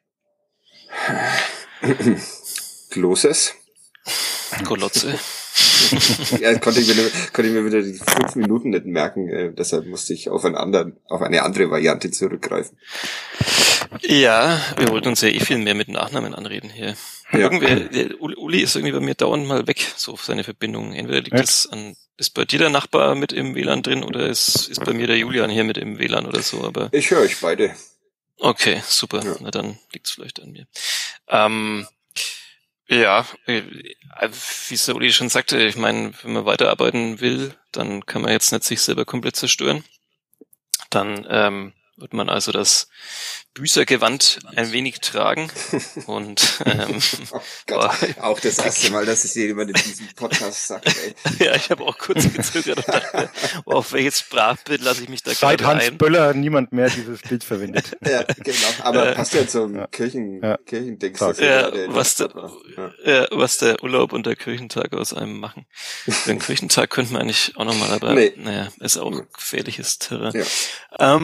Gloses? Golotze. Ja, konnte ich mir wieder die 5 Minuten nicht merken, deshalb musste ich auf eine andere Variante zurückgreifen. Ja, wir wollten uns ja viel mehr mit Nachnamen anreden hier. Ja. Uli ist irgendwie bei mir dauernd mal weg, so auf seine Verbindung. Entweder liegt das ist bei dir der Nachbar mit im WLAN drin oder ist bei mir der Julian hier mit im WLAN oder so, aber. Ich höre euch beide. Okay, super. Ja. Na dann liegt's vielleicht an mir. Ja, wie es der Uli schon sagte, ich meine, wenn man weiterarbeiten will, dann kann man jetzt nicht sich selber komplett zerstören. Dann wird man also das Büßergewand ein wenig tragen und oh Gott, auch das erste Mal, dass ich jemand in diesem Podcast sage, ey. Ja, ich habe auch kurz gezögert und dachte, auf welches Sprachbild lasse ich mich da gerade ein? Seit Hans Böller niemand mehr dieses Bild verwendet. Ja, genau, aber passt ja zum Kirchendings. Was der Urlaub und der Kirchentag aus einem machen. Den Kirchentag könnte man eigentlich auch nochmal, aber naja, ist auch gefährliches Terrain. Ja.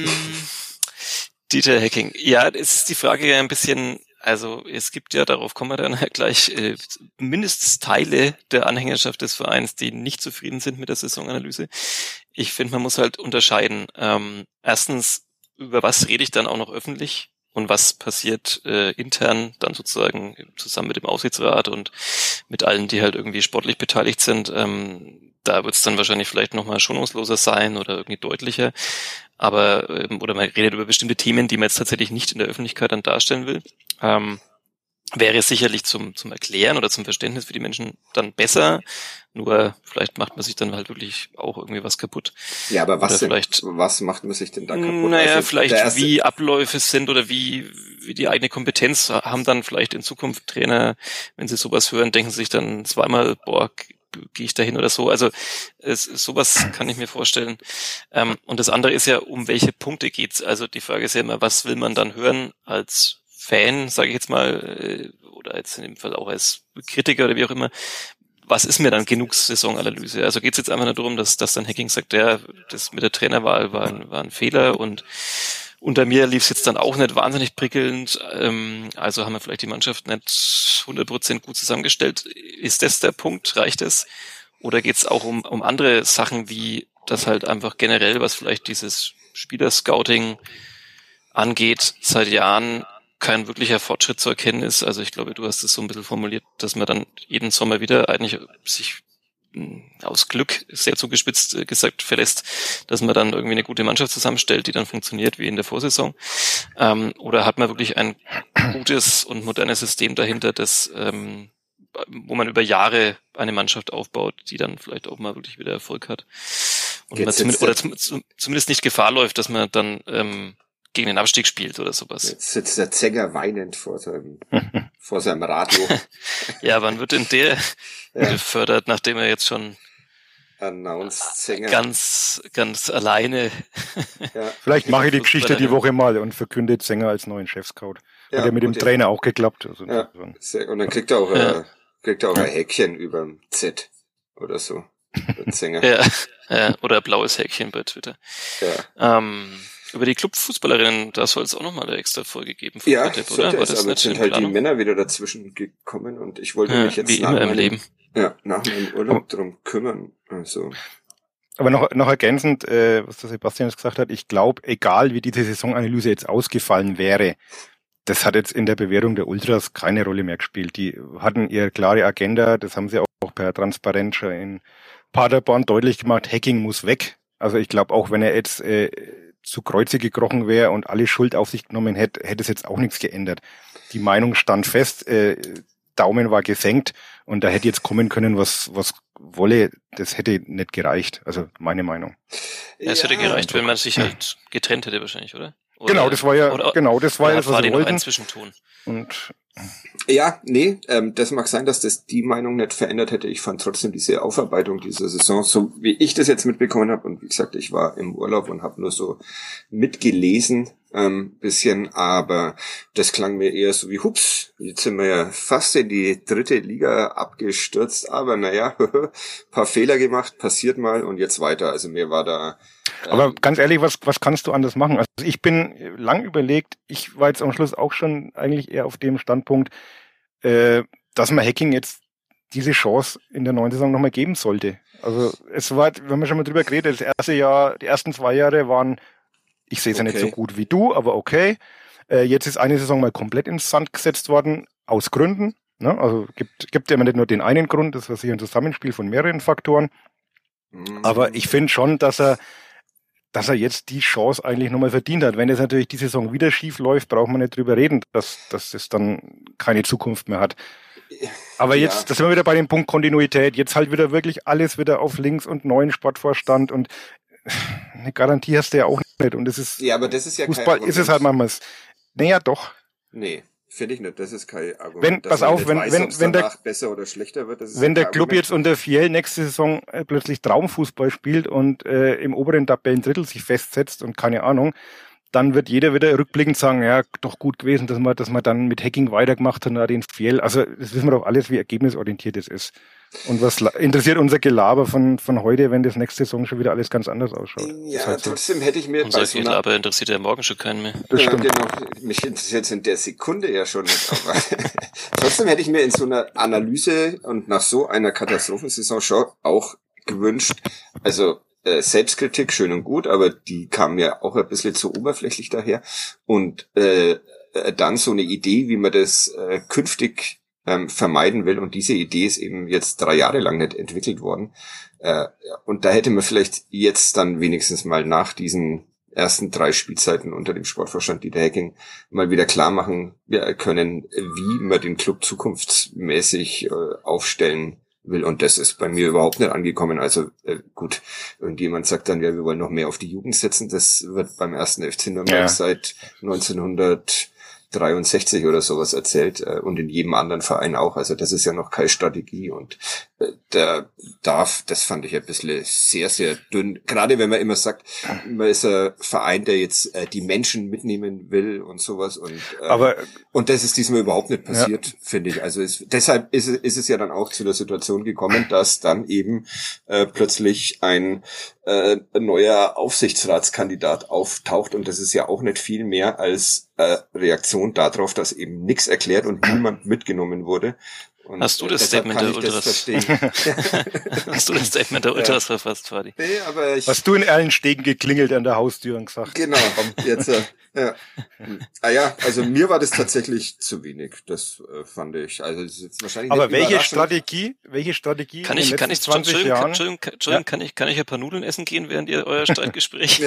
Dieter Hecking. Ja, es ist die Frage ja ein bisschen, also es gibt ja, darauf kommen wir dann gleich, mindestens Teile der Anhängerschaft des Vereins, die nicht zufrieden sind mit der Saisonanalyse. Ich finde, man muss halt unterscheiden. Erstens, über was rede ich dann auch noch öffentlich und was passiert intern dann sozusagen zusammen mit dem Aufsichtsrat und mit allen, die halt irgendwie sportlich beteiligt sind. Da wird es dann wahrscheinlich vielleicht nochmal schonungsloser sein oder irgendwie deutlicher. Aber, oder man redet über bestimmte Themen, die man jetzt tatsächlich nicht in der Öffentlichkeit dann darstellen will. Wäre sicherlich zum Erklären oder zum Verständnis für die Menschen dann besser. Nur vielleicht macht man sich dann halt wirklich auch irgendwie was kaputt. Ja, aber was macht man sich denn da kaputt? Naja, also vielleicht wie Abläufe sind oder wie die eigene Kompetenz haben dann vielleicht in Zukunft Trainer, wenn sie sowas hören, denken sie sich dann zweimal, gehe ich da hin oder so. Also sowas kann ich mir vorstellen. Und das andere ist ja, um welche Punkte geht's. Also die Frage ist ja immer, was will man dann hören als Fan, sage ich jetzt mal, oder jetzt in dem Fall auch als Kritiker oder wie auch immer. Was ist mir dann genug Saisonanalyse? Also geht's jetzt einfach nur darum, dass dann Hecking sagt, ja, das mit der Trainerwahl war ein Fehler und unter mir lief es jetzt dann auch nicht wahnsinnig prickelnd, also haben wir vielleicht die Mannschaft nicht 100% gut zusammengestellt. Ist das der Punkt? Reicht es? Oder geht es auch um andere Sachen, wie das halt einfach generell, was vielleicht dieses Spielerscouting angeht, seit Jahren kein wirklicher Fortschritt zu erkennen ist? Also ich glaube, du hast es so ein bisschen formuliert, dass man dann jeden Sommer wieder eigentlich sich aus Glück, sehr zugespitzt gesagt, verlässt, dass man dann irgendwie eine gute Mannschaft zusammenstellt, die dann funktioniert wie in der Vorsaison. Oder hat man wirklich ein gutes und modernes System dahinter, das wo man über Jahre eine Mannschaft aufbaut, die dann vielleicht auch mal wirklich wieder Erfolg hat. Und man zumindest nicht Gefahr läuft, dass man dann gegen den Abstieg spielt oder sowas. Jetzt sitzt der Zegger weinend vor seinem Radio. Ja, wann wird denn der gefördert, nachdem er jetzt schon ganz alleine. Ja. Vielleicht mache ich die Geschichte die Woche mal und verkündet Sänger als neuen Chefscout. Hat ja mit dem Trainer auch geklappt. Also ja. Und dann kriegt er auch ein Häkchen überm Z oder so. Sänger. Ja, oder ein blaues Häkchen bei Twitter. Ja. Über die Clubfußballerinnen, da soll es auch nochmal eine extra Folge geben. Ja, Depp, oder? Aber jetzt sind halt die Männer wieder dazwischen gekommen und ich wollte mich jetzt nach meinem Urlaub drum kümmern. Also Aber noch ergänzend, was der Sebastian jetzt gesagt hat, ich glaube, egal wie diese Saisonanalyse jetzt ausgefallen wäre, das hat jetzt in der Bewertung der Ultras keine Rolle mehr gespielt. Die hatten ihre klare Agenda, das haben sie auch per Transparenz schon in Paderborn deutlich gemacht, Hacking muss weg. Also ich glaube, auch wenn er jetzt zu Kreuze gekrochen wäre und alle Schuld auf sich genommen hätte, hätte es jetzt auch nichts geändert. Die Meinung stand fest, Daumen war gesenkt und da hätte jetzt kommen können, was wolle, das hätte nicht gereicht. Also meine Meinung. Ja, es hätte gereicht, wenn man sich halt getrennt hätte wahrscheinlich, oder? Genau, das war ja, das, was wir wollten. Zwischentun. Und ja, nee, das mag sein, dass das die Meinung nicht verändert hätte. Ich fand trotzdem diese Aufarbeitung dieser Saison, so wie ich das jetzt mitbekommen habe, und wie gesagt, ich war im Urlaub und habe nur so mitgelesen, bisschen, aber das klang mir eher so wie, hups, jetzt sind wir ja fast in die 3. Liga abgestürzt, aber naja, paar Fehler gemacht, passiert mal und jetzt weiter. Also mir war da... aber ganz ehrlich, was kannst du anders machen? Also ich bin lang überlegt, ich war jetzt am Schluss auch schon eigentlich eher auf dem Standpunkt, dass man Hacking jetzt diese Chance in der neuen Saison nochmal geben sollte. Also es war, wenn wir schon mal drüber geredet, das erste Jahr, die ersten 2 Jahre waren, ich sehe es ja nicht so gut wie du, aber okay. Jetzt ist eine Saison mal komplett ins Sand gesetzt worden, aus Gründen. Ne? Also gibt ja immer nicht nur den einen Grund, das war sicher ein Zusammenspiel von mehreren Faktoren. Aber ich finde schon, dass er jetzt die Chance eigentlich nochmal verdient hat. Wenn es natürlich die Saison wieder schief läuft, braucht man nicht drüber reden, dass es dann keine Zukunft mehr hat. Aber jetzt, das sind wir wieder bei dem Punkt Kontinuität. Jetzt halt wieder wirklich alles wieder auf links und neuen Sportvorstand und eine Garantie hast du ja auch nicht. Und das ist, ja, aber das ist ja Fußball ist es halt manchmal. Naja, doch. Nee, finde ich nicht. Das ist kein Argument. Pass auf, wenn der besser oder schlechter wird, das ist wenn der Club jetzt unter Fiel nächste Saison plötzlich Traumfußball spielt und im oberen Tabellendrittel sich festsetzt und keine Ahnung, dann wird jeder wieder rückblickend sagen, ja, doch gut gewesen, dass man dann mit Hacking weitergemacht hat, den Fiel. Also das wissen wir doch alles, wie ergebnisorientiert es ist. Und was interessiert unser Gelaber von heute, wenn das nächste Saison schon wieder alles ganz anders ausschaut? Ja, halt trotzdem hätte ich mir... Unser Gelaber interessiert ja morgen schon keinen mehr. Das stimmt. Genau. Mich interessiert es in der Sekunde ja schon nicht. Aber trotzdem hätte ich mir in so einer Analyse und nach so einer Katastrophensaison schon auch gewünscht, also Selbstkritik schön und gut, aber die kam mir auch ein bisschen zu oberflächlich daher. Und dann so eine Idee, wie man das künftig vermeiden will. Und diese Idee ist eben jetzt 3 Jahre lang nicht entwickelt worden. Und da hätte man vielleicht jetzt dann wenigstens mal nach diesen ersten 3 Spielzeiten unter dem Sportvorstand Dieter Hecking mal wieder klar machen können, wie man den Club zukunftsmäßig aufstellen will. Und das ist bei mir überhaupt nicht angekommen. Also gut, irgendjemand sagt dann, ja, wir wollen noch mehr auf die Jugend setzen. Das wird beim 1. FC Nürnberg seit 1963 oder sowas erzählt und in jedem anderen Verein auch. Also das ist ja noch keine Strategie und das fand ich ein bisschen sehr, sehr dünn. Gerade wenn man immer sagt, man ist ein Verein, der jetzt die Menschen mitnehmen will und sowas und das ist diesmal überhaupt nicht passiert, finde ich. Also deshalb ist es ja dann auch zu der Situation gekommen, dass dann eben plötzlich ein neuer Aufsichtsratskandidat auftaucht und das ist ja auch nicht viel mehr als Reaktion darauf, dass eben nichts erklärt und niemand mitgenommen wurde. Und hast du das Statement der Ultras? Hast du das Statement der Ultras verfasst, Fadi? Nee, aber hast du in Erlenstegen geklingelt an der Haustür und gesagt? Genau, jetzt ja. Also mir war das tatsächlich zu wenig. Das fand ich. Also das ist jetzt wahrscheinlich. Aber welche Strategie kann ich kann ich ein paar Nudeln essen gehen, während ihr euer Streitgespräch?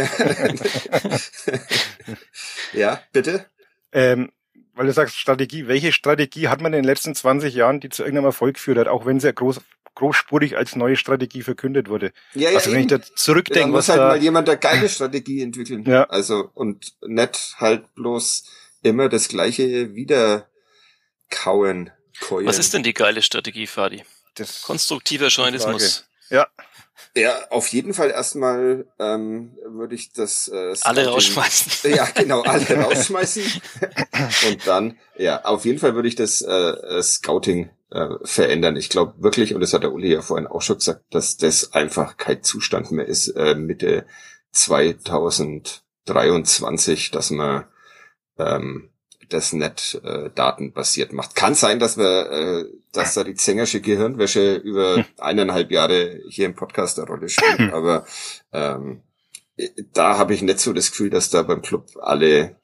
Ja, bitte. Weil du sagst Strategie, welche Strategie hat man in den letzten 20 Jahren, die zu irgendeinem Erfolg geführt hat, auch wenn sie großspurig als neue Strategie verkündet wurde? Ja, also wenn ich da zurückdenke, dann muss halt mal jemand eine geile Strategie entwickeln. Ja. Also und nicht halt bloß immer das Gleiche wieder keulen. Was ist denn die geile Strategie, Fadi? Konstruktiver Journalismus. Ja. Ja, auf jeden Fall erstmal würde ich das alle rausschmeißen. Ja, genau, alle rausschmeißen. Und dann, ja, auf jeden Fall würde ich das Scouting verändern. Ich glaube wirklich, und das hat der Uli ja vorhin auch schon gesagt, dass das einfach kein Zustand mehr ist Mitte 2023, dass man das nicht datenbasiert macht. Kann sein, dass da die Zengersche Gehirnwäsche über 1,5 Jahre hier im Podcast eine Rolle spielt, aber da habe ich nicht so das Gefühl, dass da beim Club alle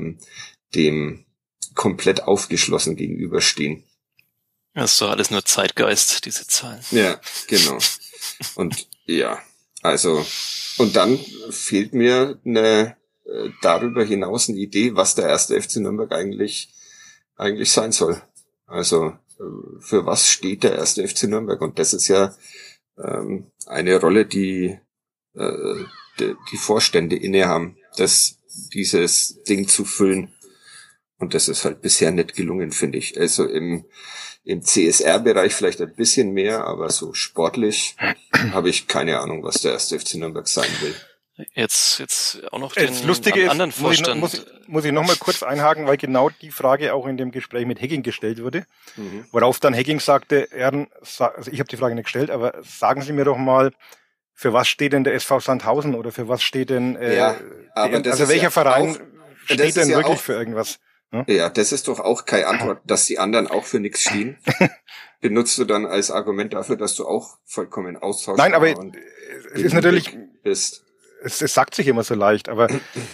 dem komplett aufgeschlossen gegenüberstehen. Das ist doch alles nur Zeitgeist, diese Zahlen. Ja, genau. Und ja, also, und dann fehlt mir darüber hinaus eine Idee, was der erste FC Nürnberg eigentlich sein soll. Also, für was steht der erste FC Nürnberg? Und das ist ja eine Rolle, die die Vorstände innehaben, dieses Ding zu füllen. Und das ist halt bisher nicht gelungen, finde ich. Also im CSR-Bereich vielleicht ein bisschen mehr, aber so sportlich habe ich keine Ahnung, was der erste FC Nürnberg sein will. Jetzt auch noch den anderen Vorstand. Muss ich noch mal kurz einhaken, weil genau die Frage auch in dem Gespräch mit Hecking gestellt wurde, worauf dann Hecking sagte, also ich habe die Frage nicht gestellt, aber sagen Sie mir doch mal, für was steht denn der SV Sandhausen oder für was steht denn welcher Verein steht denn wirklich für irgendwas? Ja, das ist doch auch keine Antwort, dass die anderen auch für nichts stehen. Benutzt du dann als Argument dafür, dass du auch vollkommen austauschbar Nein, aber es ist natürlich bist. Es sagt sich immer so leicht, aber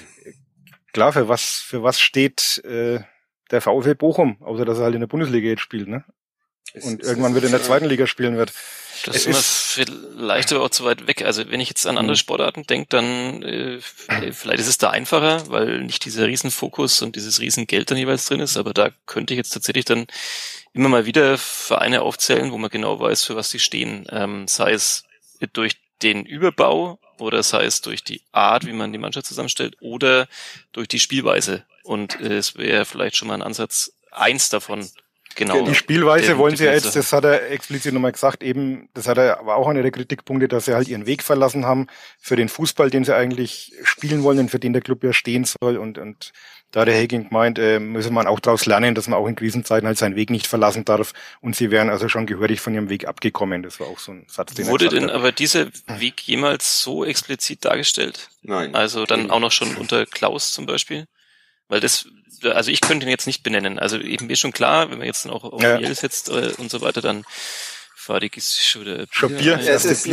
klar, für was steht der VfL Bochum, außer dass er halt in der Bundesliga jetzt spielt, ne? Und irgendwann wird er in der zweiten Liga spielen wird. Das ist vielleicht aber auch zu weit weg. Also wenn ich jetzt an andere Sportarten denke, dann vielleicht ist es da einfacher, weil nicht dieser Riesenfokus und dieses Riesengeld dann jeweils drin ist. Aber da könnte ich jetzt tatsächlich dann immer mal wieder Vereine aufzählen, wo man genau weiß, für was sie stehen. Sei es durch den Überbau oder sei es durch die Art, wie man die Mannschaft zusammenstellt oder durch die Spielweise. Und es wäre vielleicht schon mal ein Ansatz, eins davon. Genau. Die Spielweise wollen sie ja jetzt, das hat er explizit nochmal gesagt, eben, das hat er, aber auch einer der Kritikpunkte, dass sie halt ihren Weg verlassen haben für den Fußball, den sie eigentlich spielen wollen und für den der Club ja stehen soll. Und da hat der Hecking gemeint, müsse man auch daraus lernen, dass man auch in Krisenzeiten halt seinen Weg nicht verlassen darf. Und sie wären also schon gehörig von ihrem Weg abgekommen. Das war auch so ein Satz, den Wurde denn aber dieser Weg jemals so explizit dargestellt? Nein. Also dann auch noch schon unter Klaus zum Beispiel? Weil also ich könnte ihn jetzt nicht benennen. Also eben mir schon klar, wenn man jetzt auch auf Biel setzt und so weiter, dann Fadik ist schon wieder Bier. Es ist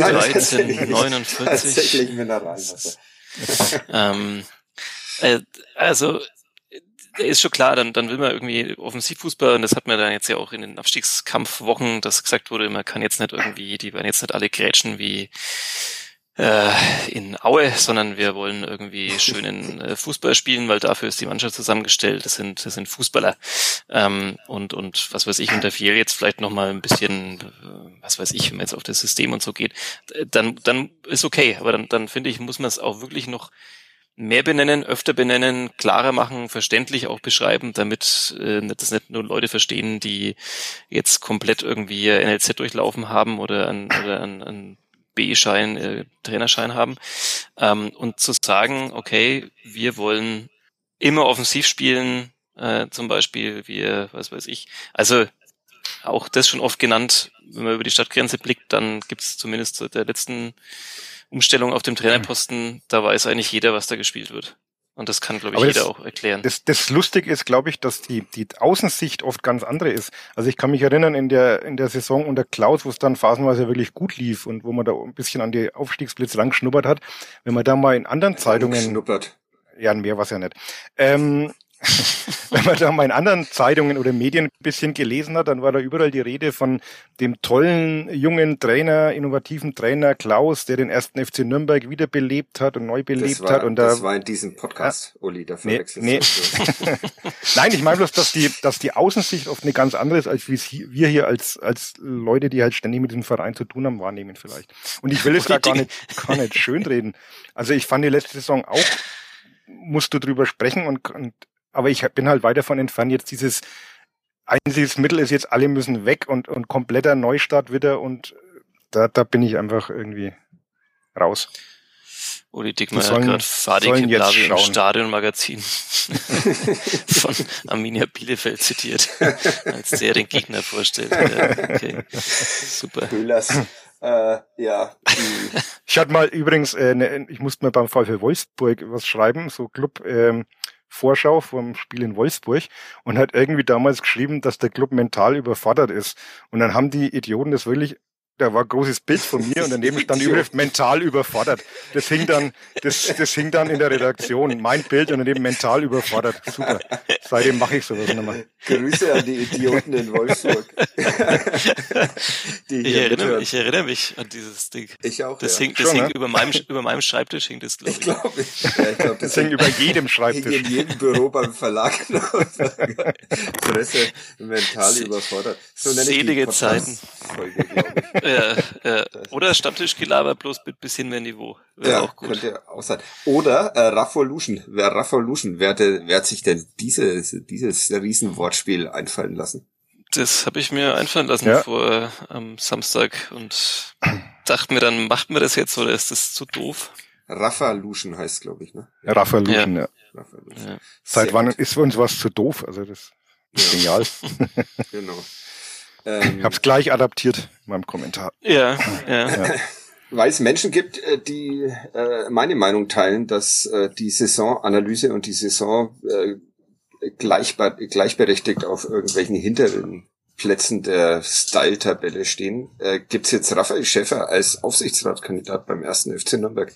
1349. Tatsächlich Mineralwasser. Also ist schon klar, dann will man irgendwie Offensivfußball, und das hat man dann jetzt ja auch in den Abstiegskampfwochen, dass gesagt wurde, man kann jetzt nicht irgendwie, die werden jetzt nicht alle grätschen wie in Aue, sondern wir wollen irgendwie schönen Fußball spielen, weil dafür ist die Mannschaft zusammengestellt. Das sind Fußballer. Und was weiß ich, unter viel jetzt vielleicht noch mal ein bisschen, was weiß ich, wenn man jetzt auf das System und so geht, dann ist okay. Aber dann finde ich, muss man es auch wirklich noch mehr benennen, öfter benennen, klarer machen, verständlich auch beschreiben, damit das nicht nur Leute verstehen, die jetzt komplett irgendwie NLZ durchlaufen haben oder an B-Schein, Trainerschein haben, und zu sagen, okay, wir wollen immer offensiv spielen, zum Beispiel, was weiß ich, also auch das schon oft genannt, wenn man über die Stadtgrenze blickt, dann gibt's zumindest seit der letzten Umstellung auf dem Trainerposten, da weiß eigentlich jeder, was da gespielt wird. Und das kann, glaube ich, jeder auch erklären. Das Lustige ist, glaube ich, dass die Außensicht oft ganz andere ist. Also ich kann mich erinnern, in der Saison unter Klaus, wo es dann phasenweise wirklich gut lief und wo man da ein bisschen an die Aufstiegsplätze rangeschnuppert hat, wenn man da mal in anderen Zeitungen... Ja, mehr war es ja nicht. Wenn man da mal in anderen Zeitungen oder Medien ein bisschen gelesen hat, dann war da überall die Rede von dem tollen, jungen Trainer, innovativen Trainer Klaus, der den ersten FC Nürnberg wiederbelebt hat und neu belebt hat. Und das war in diesem Podcast, Uli, da verwechselst du. Nein, ich meine bloß, dass die Außensicht oft eine ganz andere ist, als wir hier als Leute, die halt ständig mit diesem Verein zu tun haben, wahrnehmen vielleicht. Und ich will es da gar nicht schönreden. Also ich fand die letzte Saison auch, musst du drüber sprechen aber ich bin halt weit davon entfernt, jetzt dieses einziges Mittel ist jetzt, alle müssen weg und kompletter Neustart wieder, und da bin ich einfach irgendwie raus. Uli Dickmann hat gerade Fadik Lavi im Stadionmagazin von Arminia Bielefeld zitiert, als der den Gegner vorstellt. Ja, okay, super. Ja. Ich hatte mal übrigens, ich musste mir beim VfL Wolfsburg was schreiben, so Club Vorschau vom Spiel in Wolfsburg und hat irgendwie damals geschrieben, dass der Club mental überfordert ist. Und dann haben die Idioten das wirklich, da war ein großes Bild von mir und daneben stand die Überschrift mental überfordert. Das hing dann in der Redaktion. Mein Bild und daneben mental überfordert. Super. Seitdem mache ich sowas nochmal. Grüße an die Idioten in Wolfsburg. Ich erinnere mich an dieses Ding. Ich auch. Das hing über meinem Schreibtisch, hing das, glaube ich. Ich glaube, das hing über jedem Schreibtisch. In jedem Büro beim Verlag. Presse mental überfordert. So nenne ich selige Zeiten. Folge, glaube ich. Oder Stammtischgelaber bloß mit bisschen mehr Niveau. Wäre auch gut. Könnte auch sein. Oder Rafvolution. Wer hat sich denn dieses Riesenwortspiel einfallen lassen? Das habe ich mir einfallen lassen vor am Samstag und dachte mir dann, macht man das jetzt oder ist das zu doof? Rafvolution heißt, glaube ich, ne? Rafvolution, ja. Seit wann ist für uns was zu doof? Also das ist genial. Genau. Ich habe es gleich adaptiert in meinem Kommentar. Ja. Weil es Menschen gibt, die meine Meinung teilen, dass die Saisonanalyse und die Saison gleichberechtigt auf irgendwelchen hinteren Plätzen der Style-Tabelle stehen, gibt's jetzt Raphael Schäfer als Aufsichtsratkandidat beim 1. FC Nürnberg.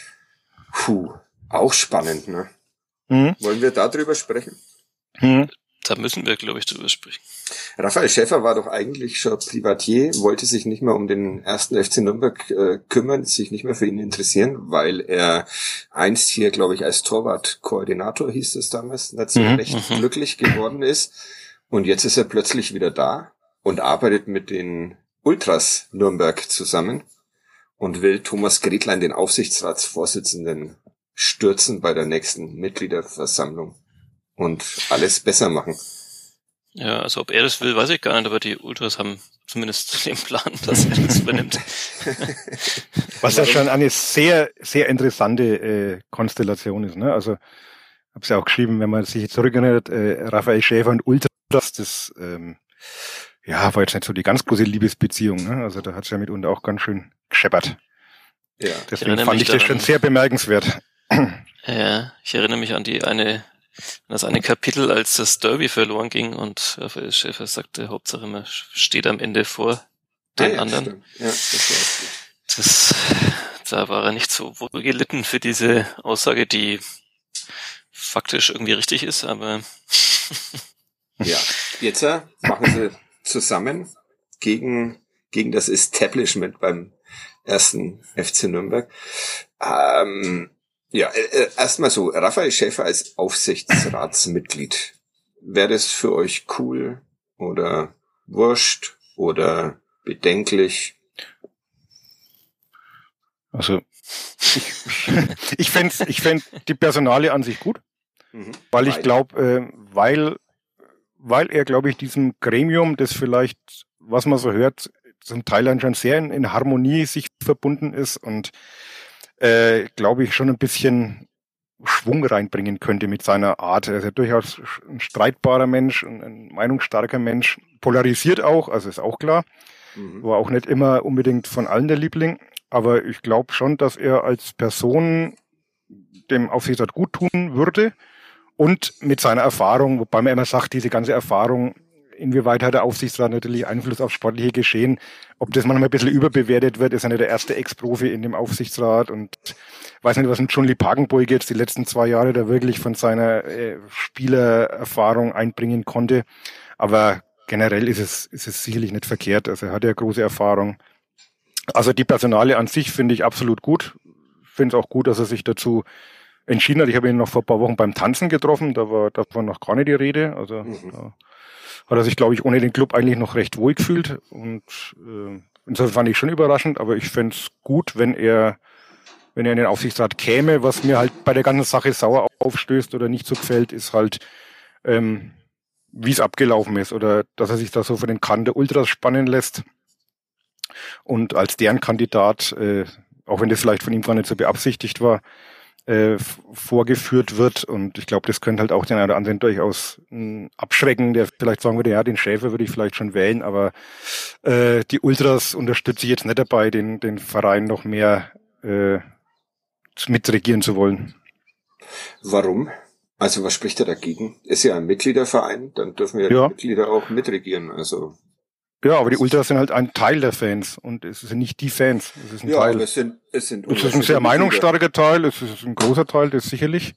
Auch spannend, ne? Wollen wir da drüber sprechen? Da müssen wir, glaube ich, drüber sprechen. Raphael Schäfer war doch eigentlich schon Privatier, wollte sich nicht mehr um den 1. FC Nürnberg kümmern, sich nicht mehr für ihn interessieren, weil er einst hier, glaube ich, als Torwartkoordinator, hieß es damals, nicht so recht glücklich geworden ist. Und jetzt ist er plötzlich wieder da und arbeitet mit den Ultras Nürnberg zusammen und will Thomas Gretlein, den Aufsichtsratsvorsitzenden, stürzen bei der nächsten Mitgliederversammlung und alles besser machen. Ja, also ob er das will, weiß ich gar nicht, aber die Ultras haben zumindest den Plan, dass er das übernimmt. Was ja schon eine sehr, sehr interessante Konstellation ist, ne? Also, hab's ja auch geschrieben, wenn man sich zurückerinnert, Raphael Schäfer und Ultras, das war jetzt nicht so die ganz große Liebesbeziehung, ne? Also da hat's ja mitunter auch ganz schön gescheppert. Ja. Deswegen fand ich das schon sehr bemerkenswert. Ja, ich erinnere mich an das eine Kapitel, als das Derby verloren ging und Raphael Schäfer sagte, Hauptsache man steht am Ende vor den anderen. Stimmt. Ja, das war gut. Da war er nicht so wohl gelitten für diese Aussage, die faktisch irgendwie richtig ist, aber ja, jetzt machen sie zusammen gegen das Establishment beim 1. FC Nürnberg. Erstmal so, Raphael Schäfer als Aufsichtsratsmitglied. Wäre das für euch cool oder wurscht oder bedenklich? Also, ich fänd die Personalie an sich gut, weil ich glaube, weil er, glaube ich, diesem Gremium, das vielleicht, was man so hört, zum Teil dann schon sehr in Harmonie sich verbunden ist und glaube ich, schon ein bisschen Schwung reinbringen könnte mit seiner Art. Er ist ja durchaus ein streitbarer Mensch, ein meinungsstarker Mensch, polarisiert auch, also ist auch klar. War auch nicht immer unbedingt von allen der Liebling, aber ich glaube schon, dass er als Person dem Aufsichtsrat gut tun würde und mit seiner Erfahrung, wobei man immer sagt, diese ganze Erfahrung, inwieweit hat der Aufsichtsrat natürlich Einfluss aufs sportliche Geschehen, ob das manchmal ein bisschen überbewertet wird, ist er nicht der erste Ex-Profi in dem Aufsichtsrat und weiß nicht, was mit John Lee Pagenburg jetzt die letzten 2 Jahre da wirklich von seiner Spielererfahrung einbringen konnte, aber generell ist es sicherlich nicht verkehrt, also er hat ja große Erfahrung. Also die Personalie an sich finde ich absolut gut, finde es auch gut, dass er sich dazu entschieden hat. Ich habe ihn noch vor ein paar Wochen beim Tanzen getroffen, da war davon noch gar nicht die Rede, also da hat er sich, glaube ich, ohne den Club eigentlich noch recht wohl gefühlt und insofern fand ich schon überraschend, aber ich fände es gut, wenn er in den Aufsichtsrat käme. Was mir halt bei der ganzen Sache sauer aufstößt oder nicht so gefällt, ist halt, wie es abgelaufen ist oder dass er sich da so von den Kanten der Ultras spannen lässt und als deren Kandidat, auch wenn das vielleicht von ihm gar nicht so beabsichtigt war, vorgeführt wird und ich glaube, das könnte halt auch den einen oder anderen durchaus abschrecken, der vielleicht sagen würde, ja, den Schäfer würde ich vielleicht schon wählen, aber die Ultras unterstütze ich jetzt nicht dabei, den Verein noch mehr mitregieren zu wollen. Warum? Also was spricht da dagegen? Ist ja ein Mitgliederverein, dann dürfen ja die Mitglieder auch mitregieren. Also ja, aber die Ultras sind halt ein Teil der Fans und es sind nicht die Fans. Es ist ein Teil. Aber es sind es ist ein sehr meinungsstarker Teil, es ist ein großer Teil, das sicherlich.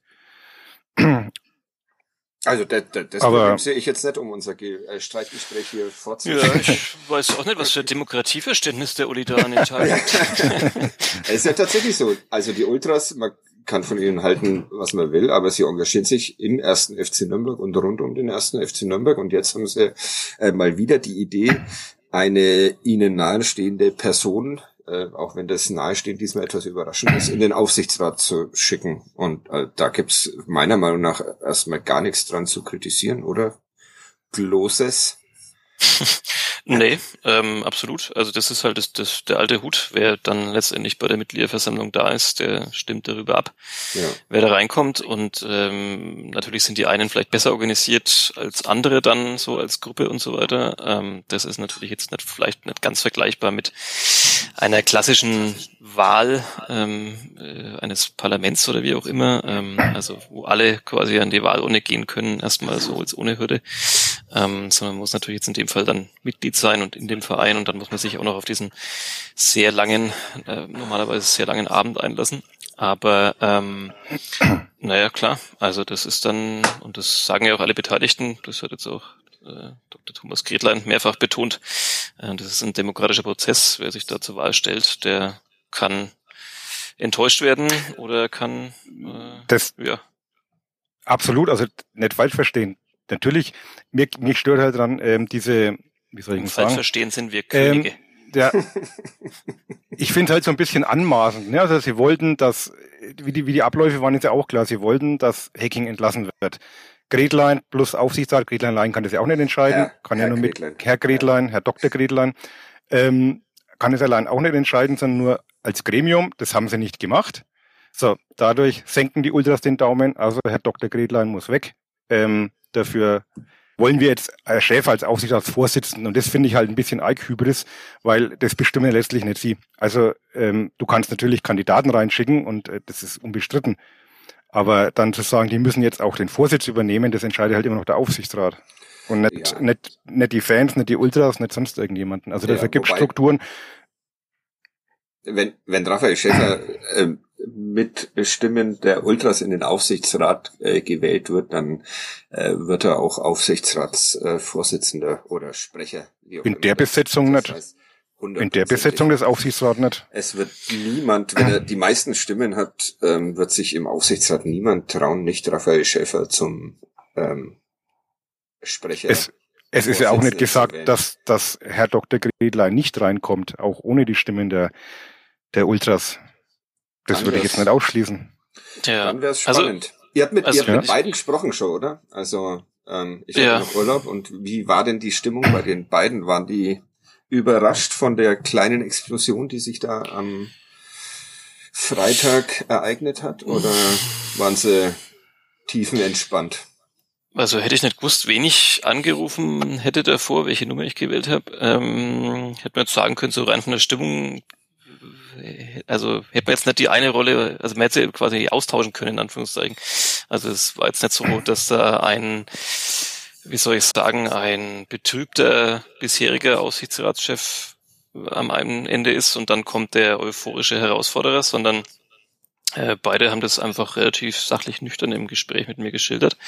Also das Problem sehe ich jetzt nicht, um unser Streitgespräch hier fortzusetzen. Ja, ich weiß auch nicht, was für ein Demokratieverständnis der Uli da an den Tag hat. Es ist ja tatsächlich so. Also die Ultras, man kann von ihnen halten, was man will, aber sie engagieren sich im 1. FC Nürnberg und rund um den 1. FC Nürnberg. Und jetzt haben sie mal wieder die Idee, eine ihnen nahestehende Person, auch wenn das nahestehend diesmal etwas überraschend ist, in den Aufsichtsrat zu schicken. Und da gibt's meiner Meinung nach erstmal gar nichts dran zu kritisieren, oder? Gloses? Nee, absolut. Also das ist halt der alte Hut. Wer dann letztendlich bei der Mitgliederversammlung da ist, der stimmt darüber ab, wer da reinkommt. Und natürlich sind die einen vielleicht besser organisiert als andere dann so als Gruppe und so weiter. Das ist natürlich jetzt vielleicht nicht ganz vergleichbar mit einer klassischen Wahl eines Parlaments oder wie auch immer. Also wo alle quasi an die Wahlurne gehen können, erstmal so als ohne Hürde. Sondern man muss natürlich jetzt in dem Fall dann Mitglied sein und in dem Verein und dann muss man sich auch noch auf diesen sehr langen, normalerweise sehr langen Abend einlassen. Aber naja, klar, also das ist dann, und das sagen ja auch alle Beteiligten, das hat jetzt auch Dr. Thomas Gretlein mehrfach betont, das ist ein demokratischer Prozess. Wer sich da zur Wahl stellt, der kann enttäuscht werden oder kann absolut, also nicht falsch verstehen. Natürlich, mich stört halt dran diese, wie soll ich denn sagen? Falsch verstehen sind wir Könige. Ich finde halt so ein bisschen anmaßend. Ne? Also sie wollten, wie die Abläufe waren jetzt ja auch klar, sie wollten, dass Hecking entlassen wird. Gretlein plus Aufsichtsrat, Gretlein allein kann das ja auch nicht entscheiden, kann ja nur mit Herr Gretlein, Herr Dr. Gretlein, kann es allein auch nicht entscheiden, sondern nur als Gremium. Das haben sie nicht gemacht. So, dadurch senken die Ultras den Daumen, also Herr Dr. Gretlein muss weg. Dafür wollen wir jetzt Schäfer als Aufsichtsratsvorsitzenden. Und das finde ich halt ein bisschen Hybris, weil das bestimmen letztlich nicht sie. Also du kannst natürlich Kandidaten reinschicken und das ist unbestritten. Aber dann zu sagen, die müssen jetzt auch den Vorsitz übernehmen, das entscheidet halt immer noch der Aufsichtsrat. Und nicht die Fans, nicht die Ultras, nicht sonst irgendjemanden. Also das ergibt Strukturen. Wenn Raphael Schäfer mit Stimmen der Ultras in den Aufsichtsrat gewählt wird, dann wird er auch Aufsichtsratsvorsitzender oder Sprecher. In der Besetzung nicht. In der Besetzung des Aufsichtsrats nicht. Es wird niemand, wenn er die meisten Stimmen hat, wird sich im Aufsichtsrat niemand trauen, nicht Raphael Schäfer zum Sprecher. Es ist ja auch nicht gesagt, dass Herr Dr. Gretlein nicht reinkommt, auch ohne die Stimmen der Ultras. Das würde ich jetzt nicht ausschließen. Ja. Dann wäre es spannend. Ihr habt mit beiden gesprochen schon, oder? Also ich hatte noch Urlaub. Und wie war denn die Stimmung bei den beiden? Waren die überrascht von der kleinen Explosion, die sich da am Freitag ereignet hat? Oder waren sie tiefenentspannt? Also hätte ich nicht gewusst, wen ich angerufen hätte davor, welche Nummer ich gewählt habe, hätte man jetzt sagen können, so rein von der Stimmung, also hätte man jetzt nicht die eine Rolle, also man hätte sie quasi austauschen können, in Anführungszeichen. Also es war jetzt nicht so, dass da ein betrübter bisheriger Aufsichtsratschef am einen Ende ist und dann kommt der euphorische Herausforderer, sondern beide haben das einfach relativ sachlich nüchtern im Gespräch mit mir geschildert.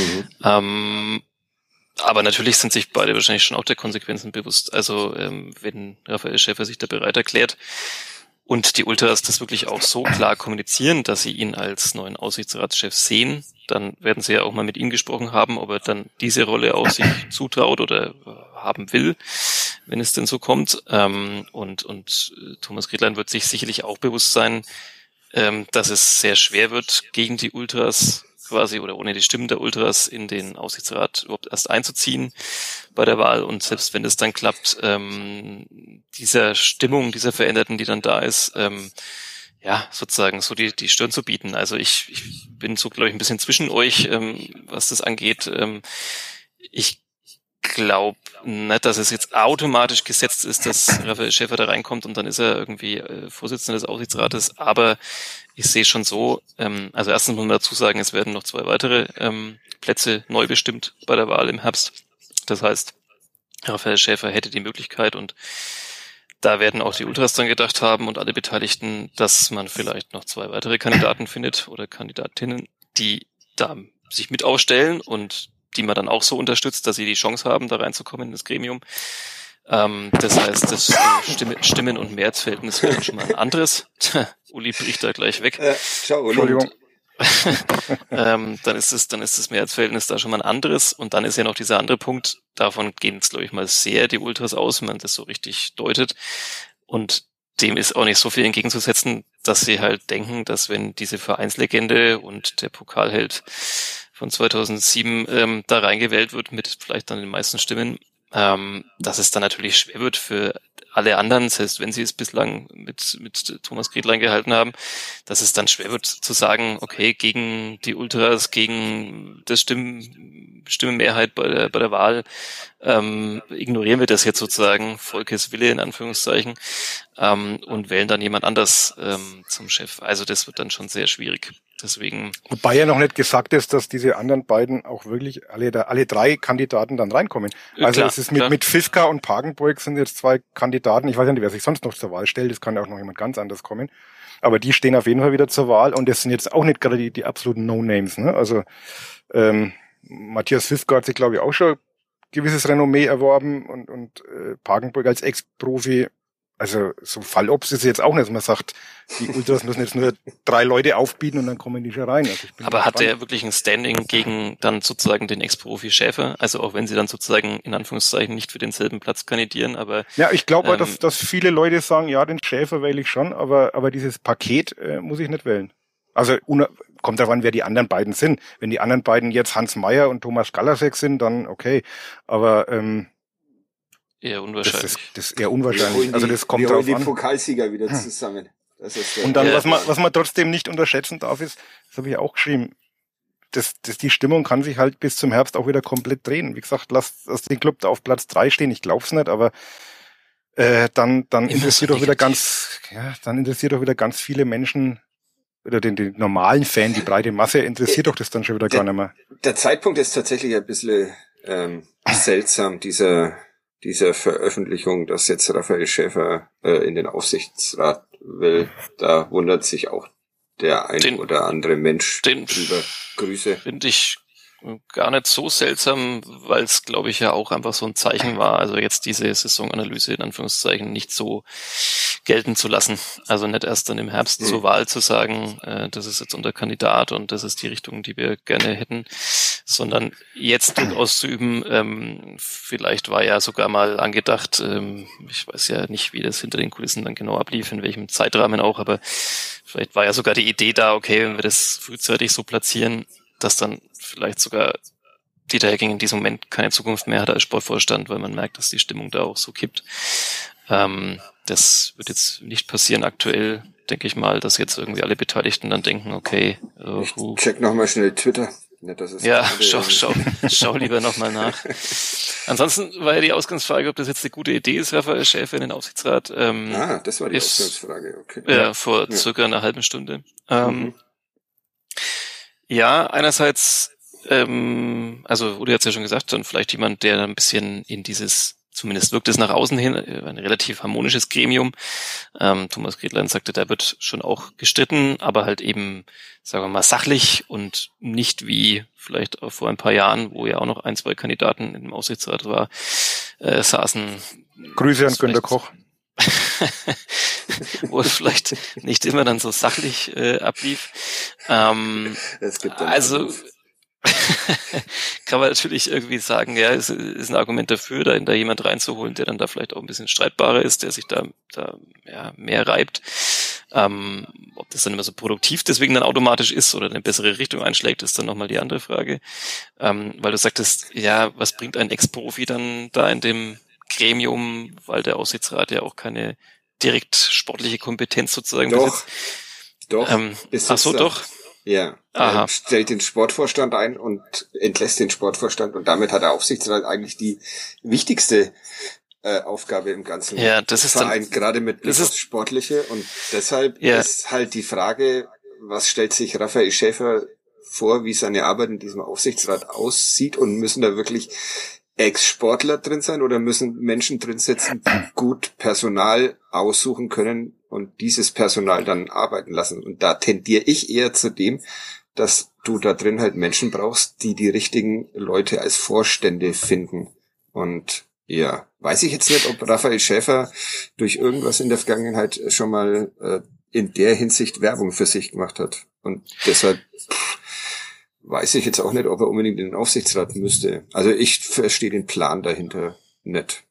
Aber natürlich sind sich beide wahrscheinlich schon auch der Konsequenzen bewusst. Also wenn Raphael Schäfer sich da bereit erklärt und die Ultras das wirklich auch so klar kommunizieren, dass sie ihn als neuen Aufsichtsratschef sehen, dann werden sie ja auch mal mit ihm gesprochen haben, ob er dann diese Rolle auch sich zutraut oder haben will, wenn es denn so kommt. Und Thomas Gretlein wird sich sicherlich auch bewusst sein, dass es sehr schwer wird, gegen die Ultras quasi oder ohne die Stimmen der Ultras in den Aufsichtsrat überhaupt erst einzuziehen bei der Wahl. Und selbst wenn es dann klappt, dieser Stimmung, dieser Veränderten, die dann da ist, sozusagen so die Stirn zu bieten. Also ich bin so, glaube ich, ein bisschen zwischen euch, was das angeht. Ich glaube nicht, dass es jetzt automatisch gesetzt ist, dass Raphael Schäfer da reinkommt und dann ist er irgendwie Vorsitzender des Aufsichtsrates, aber ich sehe schon so, also erstens muss man dazu sagen, es werden noch 2 weitere Plätze neu bestimmt bei der Wahl im Herbst. Das heißt, Raphael Schäfer hätte die Möglichkeit und da werden auch die Ultras dann gedacht haben und alle Beteiligten, dass man vielleicht noch 2 weitere Kandidaten findet oder Kandidatinnen, die da sich mit ausstellen und die man dann auch so unterstützt, dass sie die Chance haben, da reinzukommen in das Gremium. Das heißt, das Stimmen- und Mehrheitsverhältnis wäre schon mal ein anderes. Uli bricht da gleich weg. Ciao, Uli. Entschuldigung. Dann ist das Mehrheitsverhältnis da schon mal ein anderes. Und dann ist ja noch dieser andere Punkt, davon gehen jetzt, glaube ich, mal sehr die Ultras aus, wenn man das so richtig deutet. Und dem ist auch nicht so viel entgegenzusetzen, dass sie halt denken, dass wenn diese Vereinslegende und der Pokalheld von 2007 da reingewählt wird mit vielleicht dann den meisten Stimmen, dass es dann natürlich schwer wird für alle anderen, selbst wenn sie es bislang mit Thomas Gretlein gehalten haben, dass es dann schwer wird zu sagen, okay, gegen die Ultras, gegen das Stimmenmehrheit bei der Wahl, ignorieren wir das jetzt sozusagen, Volkes Wille in Anführungszeichen, und wählen dann jemand anders zum Chef. Also das wird dann schon sehr schwierig. Deswegen. Wobei ja noch nicht gesagt ist, dass diese anderen beiden auch wirklich alle 3 Kandidaten dann reinkommen. Also klar, es ist mit Fiska und Pagenburg sind jetzt 2 Kandidaten. Ich weiß nicht, wer sich sonst noch zur Wahl stellt. Es kann ja auch noch jemand ganz anders kommen. Aber die stehen auf jeden Fall wieder zur Wahl und das sind jetzt auch nicht gerade die absoluten No-Names. Ne? Also Matthias Fiska hat sich, glaube ich, auch schon gewisses Renommee erworben und Pagenburg als Ex-Profi. Also so Fallobst ist jetzt auch nicht, dass man sagt, die Ultras müssen jetzt nur 3 Leute aufbieten und dann kommen die schon rein. Also aber hat der wirklich ein Standing gegen dann sozusagen den Ex-Profi Schäfer? Also auch wenn sie dann sozusagen in Anführungszeichen nicht für denselben Platz kandidieren, aber... Ja, ich glaube dass viele Leute sagen, ja, den Schäfer wähle ich schon, aber dieses Paket muss ich nicht wählen. Also kommt darauf an, wer die anderen beiden sind. Wenn die anderen beiden jetzt Hans Meyer und Thomas Galasek sind, dann okay. Aber eher unwahrscheinlich. Das ist eher unwahrscheinlich. Also das kommt drauf an. Wir holen die Pokalsieger wieder zusammen. Das ist und dann, was man trotzdem nicht unterschätzen darf, ist, das habe ich auch geschrieben, die Stimmung kann sich halt bis zum Herbst auch wieder komplett drehen. Wie gesagt, lass den Club da auf Platz 3 stehen, ich glaub's nicht, aber dann interessiert doch wieder ganz viele Menschen oder den normalen Fan, die breite Masse, interessiert doch das dann schon wieder gar nicht mehr. Der Zeitpunkt ist tatsächlich ein bisschen seltsam, dieser Veröffentlichung, dass jetzt Raphael Schäfer in den Aufsichtsrat will. Da wundert sich auch der ein oder andere Mensch drüber. Grüße. Finde ich gar nicht so seltsam, weil es, glaube ich, ja auch einfach so ein Zeichen war, also jetzt diese Saisonanalyse in Anführungszeichen nicht so gelten zu lassen. Also nicht erst dann im Herbst zur Wahl zu sagen, das ist jetzt unser Kandidat und das ist die Richtung, die wir gerne hätten, sondern jetzt Druck auszuüben. Vielleicht war ja sogar mal angedacht, ich weiß ja nicht, wie das hinter den Kulissen dann genau ablief, in welchem Zeitrahmen auch, aber vielleicht war ja sogar die Idee da, okay, wenn wir das frühzeitig so platzieren, dass dann vielleicht sogar Dieter Hecking in diesem Moment keine Zukunft mehr hat als Sportvorstand, weil man merkt, dass die Stimmung da auch so kippt. Das wird jetzt nicht passieren aktuell, denke ich mal, dass jetzt irgendwie alle Beteiligten dann denken, okay. Ich check nochmal schnell Twitter. Nicht, dass es schau lieber nochmal nach. Ansonsten war ja die Ausgangsfrage, ob das jetzt eine gute Idee ist, Raphael Schäfer in den Aufsichtsrat. Das war die Ausgangsfrage, okay. Vor circa einer halben Stunde. Ja, einerseits, also Uli hat es ja schon gesagt, dann vielleicht jemand, der ein bisschen in dieses, zumindest wirkt es nach außen hin, ein relativ harmonisches Gremium. Thomas Gretlein sagte, da wird schon auch gestritten, aber halt eben, sagen wir mal, sachlich und nicht wie vielleicht auch vor ein paar Jahren, wo ja auch noch 1, 2 Kandidaten im Aufsichtsrat saßen. Grüße an Günter Koch. Wo es vielleicht nicht immer dann so sachlich ablief. Also kann man natürlich irgendwie sagen, ja, es ist ein Argument dafür, da jemand reinzuholen, der dann da vielleicht auch ein bisschen streitbarer ist, der sich da mehr reibt. Ob das dann immer so produktiv deswegen dann automatisch ist oder eine bessere Richtung einschlägt, ist dann nochmal die andere Frage. Weil du sagtest, ja, was bringt ein Ex-Profi dann da in dem Gremium, weil der Aufsichtsrat ja auch keine direkt sportliche Kompetenz sozusagen besitzt. Doch. Ach so, doch. Ja, er stellt den Sportvorstand ein und entlässt den Sportvorstand und damit hat der Aufsichtsrat eigentlich die wichtigste Aufgabe im ganzen Verein, gerade mit Blick aufs Sportliche, und deshalb ist halt die Frage, was stellt sich Raphael Schäfer vor, wie seine Arbeit in diesem Aufsichtsrat aussieht, und müssen da wirklich Ex-Sportler drin sein oder müssen Menschen drin sitzen, die gut Personal aussuchen können und dieses Personal dann arbeiten lassen? Und da tendiere ich eher zu dem, dass du da drin halt Menschen brauchst, die richtigen Leute als Vorstände finden. Und ja, weiß ich jetzt nicht, ob Raphael Schäfer durch irgendwas in der Vergangenheit schon mal in der Hinsicht Werbung für sich gemacht hat. Und deshalb weiß ich jetzt auch nicht, ob er unbedingt in den Aufsichtsrat müsste. Also ich verstehe den Plan dahinter nicht.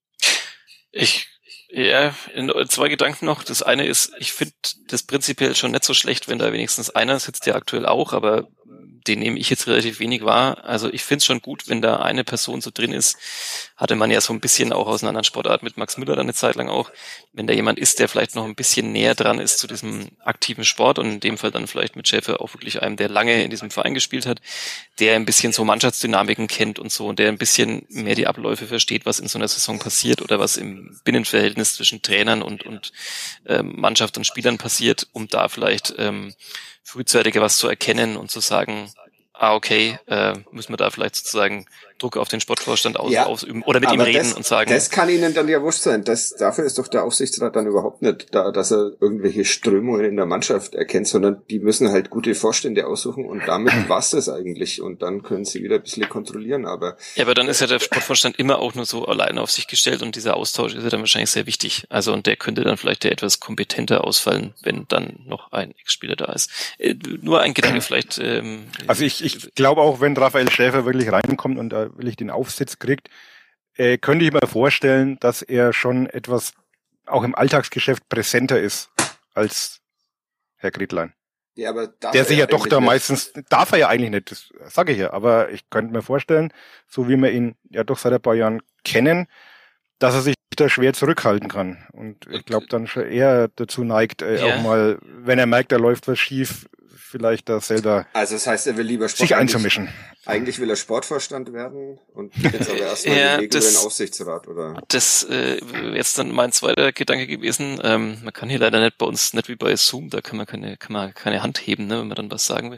Zwei Gedanken noch. Das eine ist, ich finde das prinzipiell schon nicht so schlecht, wenn da wenigstens einer sitzt, der aktuell auch, aber den nehme ich jetzt relativ wenig wahr. Also ich finde es schon gut, wenn da eine Person so drin ist. Hatte man ja so ein bisschen auch aus einer anderen Sportart mit Max Müller dann eine Zeit lang auch. Wenn da jemand ist, der vielleicht noch ein bisschen näher dran ist zu diesem aktiven Sport und in dem Fall dann vielleicht mit Schäfer auch wirklich einem, der lange in diesem Verein gespielt hat, der ein bisschen so Mannschaftsdynamiken kennt und so, und der ein bisschen mehr die Abläufe versteht, was in so einer Saison passiert oder was im Binnenverhältnis zwischen Trainern und Mannschaft und Spielern passiert, um da vielleicht frühzeitiger was zu erkennen und zu sagen, okay, müssen wir da vielleicht sozusagen Druck auf den Sportvorstand ausüben oder mit ihm reden und sagen. Das kann Ihnen dann ja wurscht sein. Dafür ist doch der Aufsichtsrat dann überhaupt nicht da, dass er irgendwelche Strömungen in der Mannschaft erkennt, sondern die müssen halt gute Vorstände aussuchen, und damit war's das eigentlich. Und dann können sie wieder ein bisschen kontrollieren, aber. Ja, aber dann ist ja der Sportvorstand immer auch nur so alleine auf sich gestellt, und dieser Austausch ist ja dann wahrscheinlich sehr wichtig. Also, und der könnte dann vielleicht ja etwas kompetenter ausfallen, wenn dann noch ein Ex-Spieler da ist. Nur ein Gedanke vielleicht. Also ich glaube auch, wenn Raphael Schäfer wirklich reinkommt und da wirklich den Aufsitz kriegt, könnte ich mir vorstellen, dass er schon etwas auch im Alltagsgeschäft präsenter ist als Herr Gretlein. Ja, aber der sich ja doch da meistens, darf er ja eigentlich nicht, das sage ich ja, aber ich könnte mir vorstellen, so wie wir ihn ja doch seit ein paar Jahren kennen, dass er sich da schwer zurückhalten kann. Und ich glaube dann schon eher dazu neigt, auch mal, wenn er merkt, da läuft was schief, vielleicht da selber also das heißt, er will lieber sich einzumischen. Eigentlich will er Sportvorstand werden und jetzt aber erstmal den Weg über den Aufsichtsrat, oder? Das jetzt dann mein zweiter Gedanke gewesen. Man kann hier leider nicht bei uns, nicht wie bei Zoom, da kann man keine Hand heben, ne, wenn man dann was sagen will.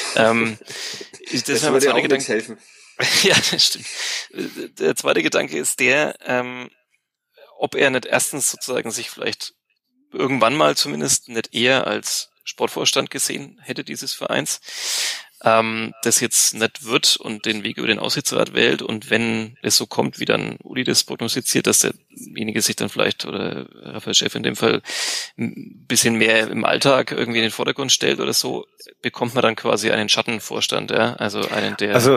Das würde auch nichts helfen. Ja, das stimmt. Der zweite Gedanke ist der, ob er nicht erstens sozusagen sich vielleicht irgendwann mal zumindest nicht eher als Sportvorstand gesehen hätte dieses Vereins, das jetzt nicht wird und den Weg über den Aufsichtsrat wählt, und wenn es so kommt, wie dann Uli das prognostiziert, dass derjenige sich dann vielleicht, oder Raphael Schäfer in dem Fall, ein bisschen mehr im Alltag irgendwie in den Vordergrund stellt oder so, bekommt man dann quasi einen Schattenvorstand, ja, also einen, der... Also,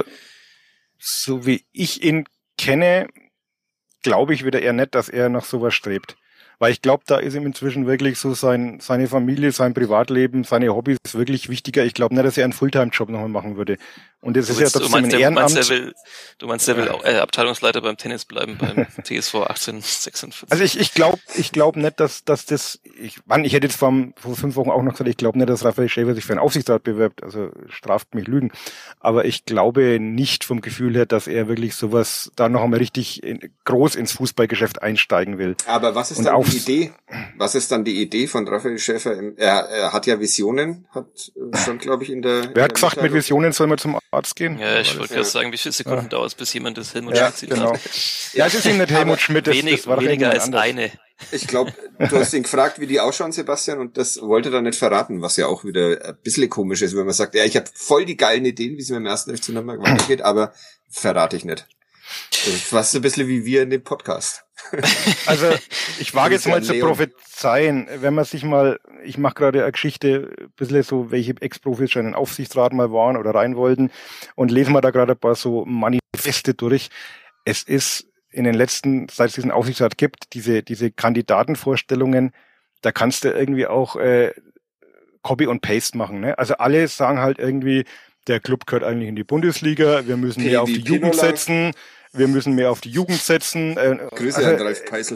so wie ich ihn kenne, glaube ich wieder eher nicht, dass er nach sowas strebt. Weil ich glaube, da ist ihm inzwischen wirklich so seine Familie, sein Privatleben, seine Hobbys wirklich wichtiger. Ich glaube nicht, dass er einen Fulltime-Job nochmal machen würde. Und das ist ja trotzdem ein Ehrenamt. Du meinst, der will auch Abteilungsleiter beim Tennis bleiben, beim TSV 1846. Also ich glaube nicht, dass das, ich hätte jetzt vor 5 Wochen auch noch gesagt, ich glaube nicht, dass Raphael Schäfer sich für einen Aufsichtsrat bewirbt. Also straft mich Lügen. Aber ich glaube nicht vom Gefühl her, dass er wirklich sowas da noch einmal richtig groß ins Fußballgeschäft einsteigen will. Aber was ist dann die Idee? Was ist dann die Idee von Raphael Schäfer? Er hat ja Visionen, hat schon, glaube ich, in der... Wer hat gesagt, mit Visionen soll man zum Arzt gehen? Ja, ich wollte gerade sagen, wie viele Sekunden dauert es, bis jemand das Helmut Schmidt genau. hat? Ja, es ist eben nicht Helmut Schmidt, das war weniger als anders. Eine. Ich glaube, du hast ihn gefragt, wie die ausschauen, Sebastian, und das wollte er nicht verraten, was ja auch wieder ein bisschen komisch ist, wenn man sagt, ja, ich habe voll die geilen Ideen, wie es mit dem ersten FC Nürnberg weitergeht, aber verrate ich nicht. Fast ein bisschen wie wir in dem Podcast. Also ich wage jetzt mal zu prophezeien, wenn man sich mal, ich mache gerade eine Geschichte, ein bisschen so, welche Ex-Profis schon in den Aufsichtsrat mal waren oder rein wollten, und lesen wir da gerade ein paar so Manifeste durch. Es ist in den letzten, seit es diesen Aufsichtsrat gibt, diese Kandidatenvorstellungen, da kannst du irgendwie auch Copy und Paste machen. Ne? Also alle sagen halt irgendwie, der Club gehört eigentlich in die Bundesliga, wir müssen mehr auf die Jugend setzen. Wir müssen mehr auf die Jugend setzen. Grüße an Ralf Peißl.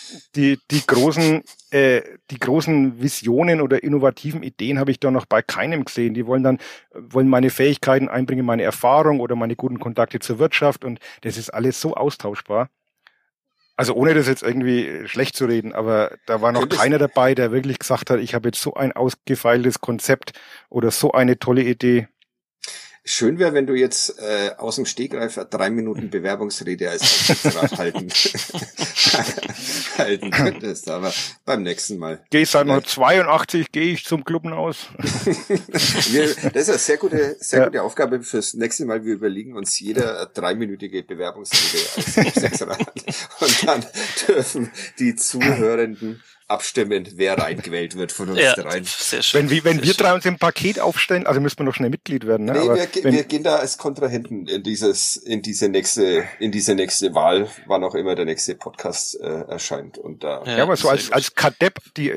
die großen Visionen oder innovativen Ideen habe ich da noch bei keinem gesehen. Die wollen meine Fähigkeiten einbringen, meine Erfahrung oder meine guten Kontakte zur Wirtschaft, und das ist alles so austauschbar. Also ohne das jetzt irgendwie schlecht zu reden, aber da war noch keiner dabei, der wirklich gesagt hat, ich habe jetzt so ein ausgefeiltes Konzept oder so eine tolle Idee. Schön wäre, wenn du jetzt aus dem Stegreif 3 Minuten Bewerbungsrede als Aufsichtsrat halten könntest, aber beim nächsten Mal. Gehe ich seit 1982, gehe ich zum Klubben aus. Das ist eine sehr gute Aufgabe fürs nächste Mal. Wir überlegen uns jeder 3-minütige Bewerbungsrede als Aufsichtsrat und dann dürfen die Zuhörenden abstimmen, wer reingewählt wird von uns dreien. Sehr schön. Wenn wir drei uns im Paket aufstellen, also müssen wir noch schnell Mitglied werden. Ne? Nee, aber wir gehen da als Kontrahenten in diese nächste Wahl, wann auch immer der nächste Podcast erscheint. Und da. Ja, aber so als KADEP die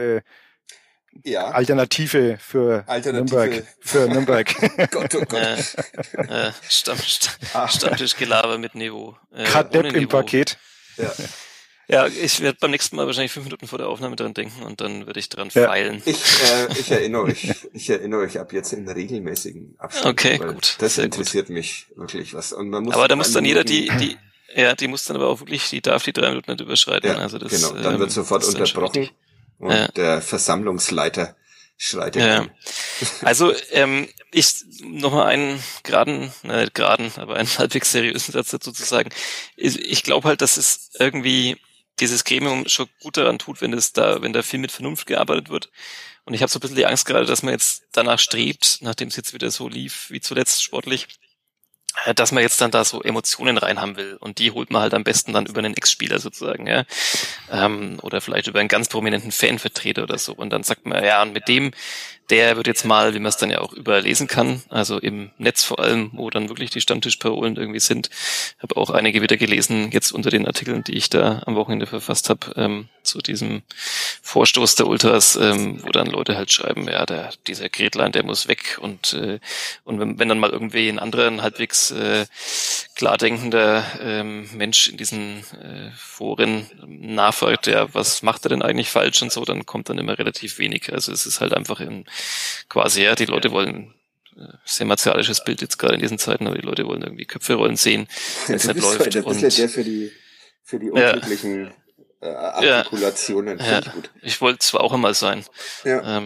Alternative für Nürnberg. Gott, oh Gott. Stammtischgelaber mit Niveau. KADEP im Paket. Ja. Ja, ich werde beim nächsten Mal wahrscheinlich 5 Minuten vor der Aufnahme dran denken und dann werde ich dran feilen. Ich erinnere euch ab jetzt in regelmäßigen Abständen. Okay, gut. Das interessiert mich wirklich was. Und man muss aber da muss dann jeder die muss dann aber auch wirklich, die darf die 3 Minuten nicht überschreiten. Ja, also das, genau, dann wird sofort unterbrochen und der Versammlungsleiter schreitet an. Also ich nochmal einen aber einen halbwegs seriösen Satz dazu zu sagen. Ich glaube halt, dass es irgendwie dieses Gremium schon gut daran tut, wenn da viel mit Vernunft gearbeitet wird. Und ich habe so ein bisschen die Angst gerade, dass man jetzt danach strebt, nachdem es jetzt wieder so lief wie zuletzt sportlich, dass man jetzt dann da so Emotionen rein haben will. Und die holt man halt am besten dann über einen Ex-Spieler sozusagen, ja. Oder vielleicht über einen ganz prominenten Fanvertreter oder so. Und dann sagt man, ja, und mit dem, der wird jetzt mal, wie man es dann ja auch überlesen kann, also im Netz vor allem, wo dann wirklich die Stammtischparolen irgendwie sind. Habe auch einige wieder gelesen, jetzt unter den Artikeln, die ich da am Wochenende verfasst habe, zu diesem Vorstoß der Ultras, wo dann Leute halt schreiben, ja, dieser Gretlein, der muss weg. Und wenn dann mal irgendwie ein anderer, ein halbwegs klar denkender Mensch in diesen Foren nachfragt, ja, was macht er denn eigentlich falsch und so, dann kommt dann immer relativ wenig. Also es ist halt einfach die Leute wollen sehr martialisches Bild jetzt gerade in diesen Zeiten, aber die Leute wollen irgendwie Köpfe rollen sehen, wenn es nicht läuft. Der für die unglücklichen Artikulationen. Ja. Gut. Ich wollte zwar auch einmal sein. Ja.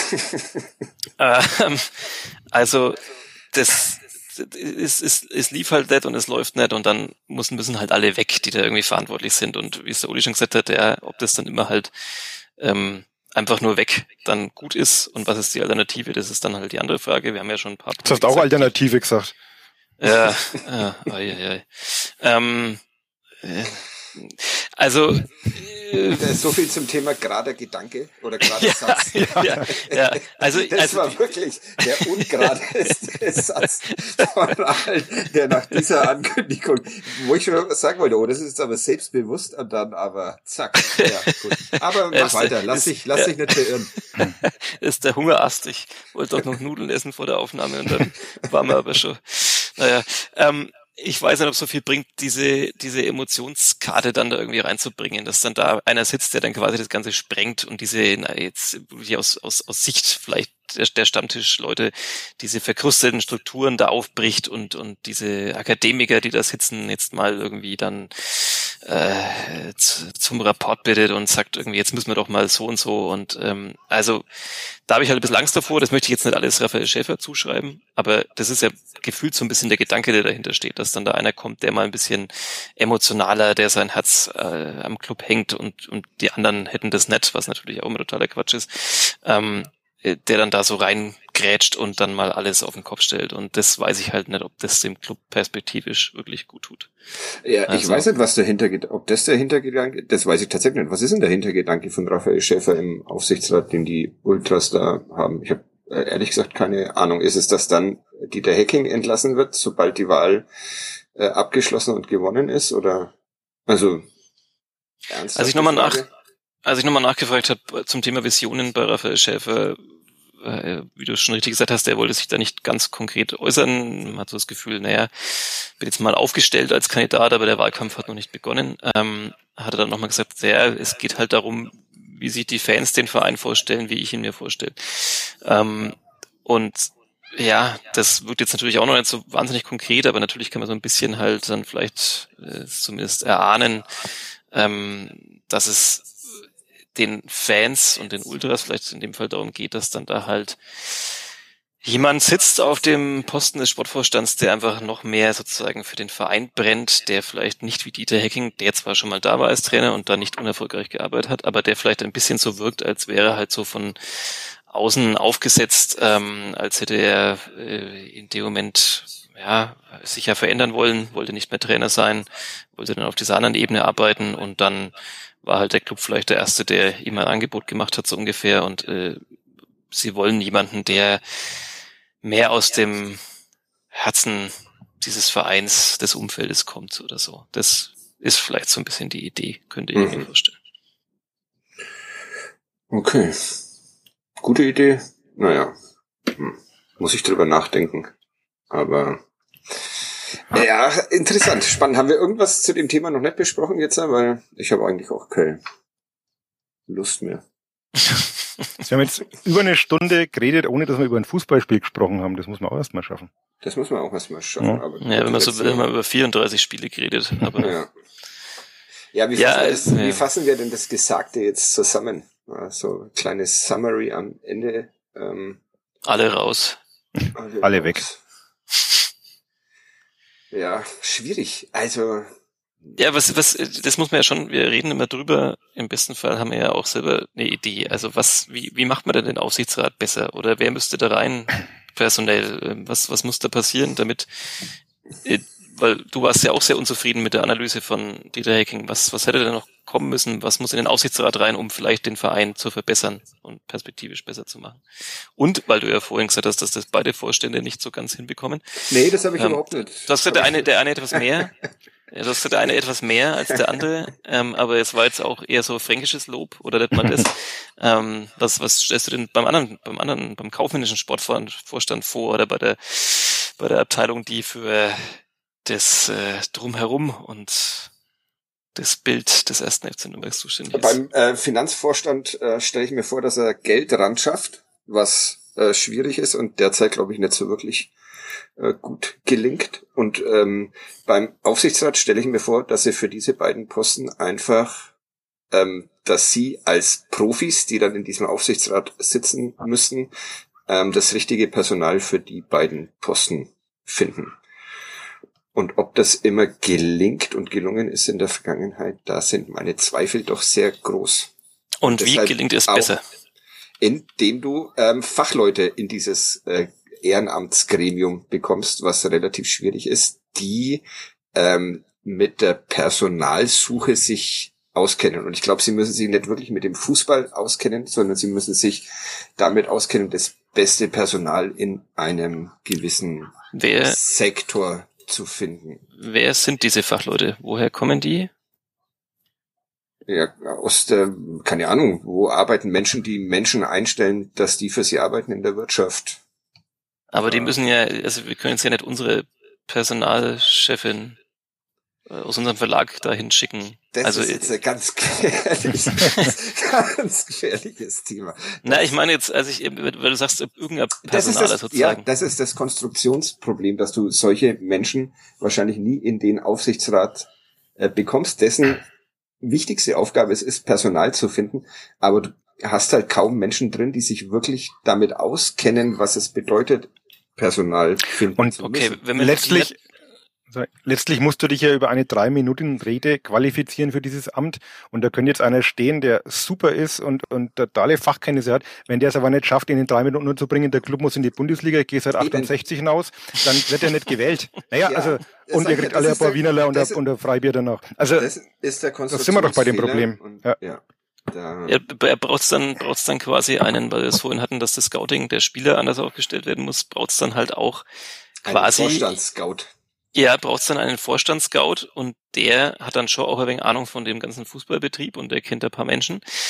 Also es lief halt nicht und es läuft nicht und dann müssen halt alle weg, die da irgendwie verantwortlich sind, und wie es der Uli schon gesagt hat, ob das dann immer halt einfach nur weg dann gut ist und was ist die Alternative, das ist dann halt die andere Frage. Wir haben ja schon ein paar Punkte. Du hast auch Alternative gesagt. Ja. Also so viel zum Thema gerader Gedanke oder gerader Satz. Ja. Also war wirklich der ungeradeste Satz von allen, der nach dieser Ankündigung, wo ich schon sagen wollte, das ist jetzt aber selbstbewusst, und dann aber zack. Ja, gut. Aber mach weiter, lass dich nicht verirren. Ist der Hungerast. Ich wollte doch noch Nudeln essen vor der Aufnahme und dann waren wir aber schon. Naja, ich weiß nicht, ob es so viel bringt, diese Emotionskarte dann da irgendwie reinzubringen, dass dann da einer sitzt, der dann quasi das Ganze sprengt und jetzt wirklich aus Sicht vielleicht der Stammtischleute diese verkrusteten Strukturen da aufbricht und diese Akademiker, die da sitzen, jetzt mal irgendwie dann zum Rapport bittet und sagt irgendwie, jetzt müssen wir doch mal so und so, und also da habe ich halt ein bisschen Angst davor. Das möchte ich jetzt nicht alles Raphael Schäfer zuschreiben, aber das ist ja gefühlt so ein bisschen der Gedanke, der dahinter steht, dass dann da einer kommt, der mal ein bisschen emotionaler, der sein Herz am Club hängt und die anderen hätten das nicht, was natürlich auch immer totaler Quatsch ist, der dann da so reingrätscht und dann mal alles auf den Kopf stellt. Und das weiß ich halt nicht, ob das dem Club perspektivisch wirklich gut tut. Ja, also, ich weiß nicht, was dahinter geht. Ob das der Hintergedanke, das weiß ich tatsächlich nicht. Was ist denn der Hintergedanke von Raphael Schäfer im Aufsichtsrat, den die Ultras da haben? Ich habe ehrlich gesagt keine Ahnung. Ist es, dass dann Dieter Hecking entlassen wird, sobald die Wahl abgeschlossen und gewonnen ist? Oder also ernsthaft? Als ich nochmal nachgefragt habe zum Thema Visionen bei Raphael Schäfer, wie du schon richtig gesagt hast, der wollte sich da nicht ganz konkret äußern. Man hat so das Gefühl, naja, bin jetzt mal aufgestellt als Kandidat, aber der Wahlkampf hat noch nicht begonnen. Hat er dann nochmal gesagt, ja, es geht halt darum, wie sich die Fans den Verein vorstellen, wie ich ihn mir vorstelle. Und ja, das wird jetzt natürlich auch noch nicht so wahnsinnig konkret, aber natürlich kann man so ein bisschen halt dann vielleicht zumindest erahnen, dass es den Fans und den Ultras vielleicht in dem Fall darum geht, dass dann da halt jemand sitzt auf dem Posten des Sportvorstands, der einfach noch mehr sozusagen für den Verein brennt, der vielleicht nicht wie Dieter Hecking, der zwar schon mal da war als Trainer und da nicht unerfolgreich gearbeitet hat, aber der vielleicht ein bisschen so wirkt, als wäre er halt so von außen aufgesetzt, als hätte er in dem Moment sich ja verändern wollen, wollte nicht mehr Trainer sein, wollte dann auf dieser anderen Ebene arbeiten und dann war halt der Club vielleicht der Erste, der ihm ein Angebot gemacht hat, so ungefähr. Und sie wollen jemanden, der mehr aus dem Herzen dieses Vereins, des Umfeldes kommt oder so. Das ist vielleicht so ein bisschen die Idee, könnte ich mir vorstellen. Okay. Gute Idee. Naja, muss ich drüber nachdenken. Aber ja, interessant, spannend. Haben wir irgendwas zu dem Thema noch nicht besprochen jetzt? Weil ich habe eigentlich auch keine Lust mehr. Wir haben jetzt über eine Stunde geredet, ohne dass wir über ein Fußballspiel gesprochen haben. Das muss man auch erstmal schaffen. Das muss man auch erstmal schaffen. Ja, aber wenn man so will, haben wir über 34 Spiele geredet. Aber wie fassen wir denn das Gesagte jetzt zusammen? So ein kleines Summary am Ende. Alle raus. Alle weg. Ja, schwierig. Also. Ja, das muss man ja schon, wir reden immer drüber, im besten Fall haben wir ja auch selber eine Idee. Also wie macht man denn den Aufsichtsrat besser? Oder wer müsste da rein personell? Was muss da passieren, damit, weil du warst ja auch sehr unzufrieden mit der Analyse von Dieter Hecking. Was hätte denn noch kommen müssen? Was muss in den Aufsichtsrat rein, um vielleicht den Verein zu verbessern und perspektivisch besser zu machen? Und, weil du ja vorhin gesagt hast, dass das beide Vorstände nicht so ganz hinbekommen. Nee, das habe ich überhaupt nicht. Du hast gesagt, der eine etwas mehr. Ja, das ist der eine etwas mehr als der andere, aber es war jetzt auch eher so fränkisches Lob, oder nennt man das? Was stellst du denn beim kaufmännischen Sportvorstand vor, oder bei der Abteilung, die für das Drumherum und das Bild des 1. FC Nürnberg zuständig ist? Beim Finanzvorstand stelle ich mir vor, dass er Geld ran schafft, was schwierig ist und derzeit, glaube ich, nicht so wirklich gut gelingt. Und beim Aufsichtsrat stelle ich mir vor, dass sie für diese beiden Posten einfach, dass sie als Profis, die dann in diesem Aufsichtsrat sitzen müssen, das richtige Personal für die beiden Posten finden. Und ob das immer gelingt und gelungen ist in der Vergangenheit, da sind meine Zweifel doch sehr groß. Und wie gelingt es besser? Indem du Fachleute in dieses Ehrenamtsgremium bekommst, was relativ schwierig ist, die mit der Personalsuche sich auskennen. Und ich glaube, sie müssen sich nicht wirklich mit dem Fußball auskennen, sondern sie müssen sich damit auskennen, das beste Personal in einem gewissen Sektor zu finden. Wer sind diese Fachleute? Woher kommen die? Ja, aus der, keine Ahnung, wo arbeiten Menschen, die Menschen einstellen, dass die für sie arbeiten in der Wirtschaft. Aber die müssen ja, also wir können jetzt ja nicht unsere Personalchefin aus unserem Verlag dahin schicken. Das ist jetzt ein ganz gefährliches Thema. Na, ich meine jetzt, weil du sagst, irgendein Personaler sozusagen. Ja, das ist das Konstruktionsproblem, dass du solche Menschen wahrscheinlich nie in den Aufsichtsrat bekommst, dessen wichtigste Aufgabe es ist, Personal zu finden, aber du hast halt kaum Menschen drin, die sich wirklich damit auskennen, was es bedeutet, Personal finden und zu müssen. Wenn man letztlich musst du dich ja über eine 3-Minuten-Rede qualifizieren für dieses Amt und da könnte jetzt einer stehen, der super ist und totale Fachkenntnisse hat. Wenn der es aber nicht schafft, ihn in 3 Minuten unterzubringen, der Club muss in die Bundesliga, geht seit 68 hinaus, dann wird er nicht gewählt. Naja, ja, und ihr kriegt alle ein paar Wienerler und ein Freibier danach. Also, das ist der das sind wir doch bei dem Problem. Und, ja. Er braucht's dann quasi einen, weil wir es vorhin hatten, dass das Scouting der Spieler anders aufgestellt werden muss, braucht's dann halt auch quasi einen Vorstandsscout. Ja, braucht's dann einen Vorstandsscout und der hat dann schon auch ein wenig Ahnung von dem ganzen Fußballbetrieb und der kennt ein paar Menschen.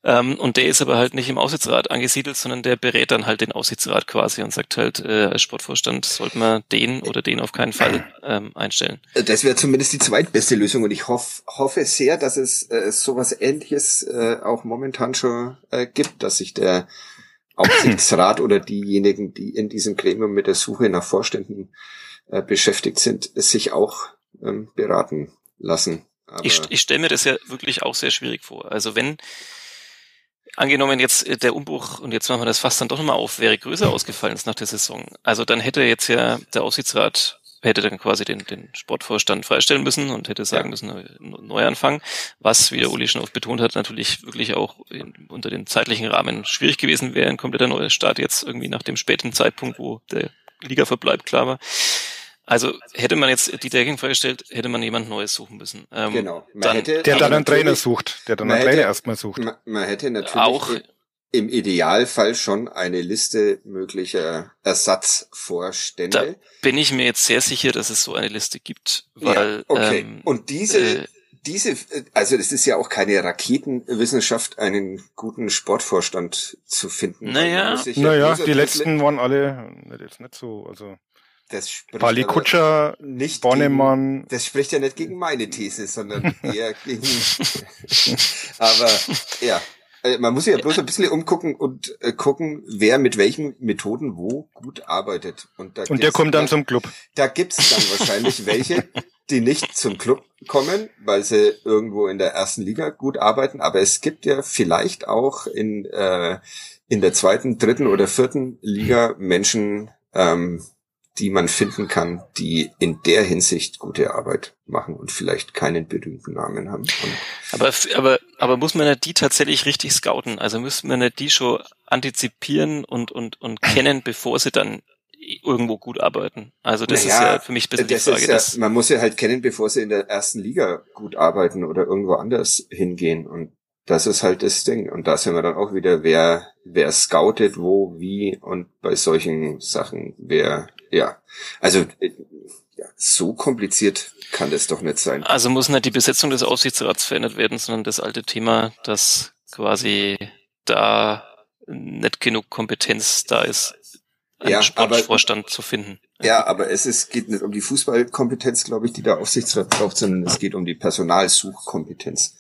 Und der ist aber halt nicht im Aufsichtsrat angesiedelt, sondern der berät dann halt den Aufsichtsrat quasi und sagt halt, als Sportvorstand sollte man den oder den auf keinen Fall einstellen. Das wäre zumindest die zweitbeste Lösung und ich hoffe sehr, dass es sowas Ähnliches auch momentan schon gibt, dass sich der Aufsichtsrat oder diejenigen, die in diesem Gremium mit der Suche nach Vorständen beschäftigt sind, sich auch beraten lassen. Aber ich stelle mir das ja wirklich auch sehr schwierig vor. Also wenn angenommen jetzt der Umbruch, und jetzt machen wir das fast dann doch nochmal auf, wäre größer ausgefallen als nach der Saison. Also dann hätte jetzt ja der Aufsichtsrat, hätte dann quasi den Sportvorstand freistellen müssen und hätte sagen müssen, Neuanfang, was, wie der Uli schon oft betont hat, natürlich wirklich auch unter dem zeitlichen Rahmen schwierig gewesen wäre, ein kompletter neuer Start jetzt irgendwie nach dem späten Zeitpunkt, wo der Ligaverbleib klar war. Also hätte man jetzt die Decking freigestellt, hätte man jemand Neues suchen müssen. Genau. Der dann einen Trainer sucht, der dann einen Trainer erstmal sucht. Man hätte natürlich auch im Idealfall schon eine Liste möglicher Ersatzvorstände. Da bin ich mir jetzt sehr sicher, dass es so eine Liste gibt, weil und diese, also das ist ja auch keine Raketenwissenschaft, einen guten Sportvorstand zu finden. Naja, die letzten waren alle jetzt nicht so, also Pali Kutscher, nicht Bornemann. Das spricht ja nicht gegen meine These, sondern eher gegen aber ja, man muss sich ja bloß ein bisschen umgucken und gucken, wer mit welchen Methoden wo gut arbeitet. Und der kommt dann zum Club. Da gibt's dann wahrscheinlich welche, die nicht zum Club kommen, weil sie irgendwo in der ersten Liga gut arbeiten. Aber es gibt ja vielleicht auch in der zweiten, dritten oder vierten Liga Menschen, die man finden kann, die in der Hinsicht gute Arbeit machen und vielleicht keinen berühmten Namen haben. Aber muss man nicht die tatsächlich richtig scouten? Also müssen wir nicht die schon antizipieren und kennen, bevor sie dann irgendwo gut arbeiten? Also das ist ja für mich ein bisschen die Frage. Man muss ja halt kennen, bevor sie in der ersten Liga gut arbeiten oder irgendwo anders hingehen. Und das ist halt das Ding. Und da sind wir dann auch wieder, wer scoutet, wo, wie und bei solchen Sachen, so kompliziert kann das doch nicht sein. Also muss nicht die Besetzung des Aufsichtsrats verändert werden, sondern das alte Thema, dass quasi da nicht genug Kompetenz da ist, einen Sportvorstand zu finden. Ja, aber geht nicht um die Fußballkompetenz, glaube ich, die der Aufsichtsrat braucht, sondern es geht um die Personalsuchkompetenz.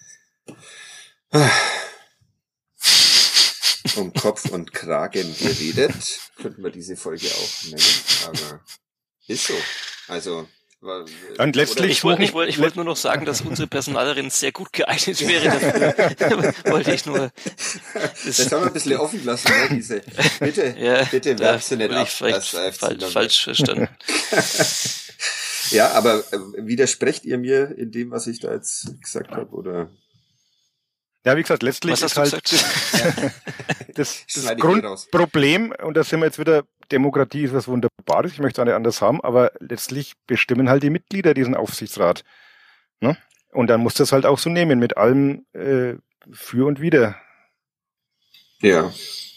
Um Kopf und Kragen geredet, könnten wir diese Folge auch nennen, aber ist so. Also und letztlich ich wollte nur noch sagen, dass unsere Personalerin sehr gut geeignet wäre dafür. Wollte ich nur. Das haben wir ein bisschen offen gelassen, ne? Diese bitte werf sie nicht ab. Falsch verstanden. Ja, aber widersprecht ihr mir in dem, was ich da jetzt gesagt habe, oder? Ja, wie gesagt, letztlich ist halt das Grundproblem, und da sind wir jetzt wieder, Demokratie ist was Wunderbares, ich möchte es auch nicht anders haben, aber letztlich bestimmen halt die Mitglieder diesen Aufsichtsrat. Ne? Und dann muss das halt auch so nehmen, mit allem für und wider. Ja.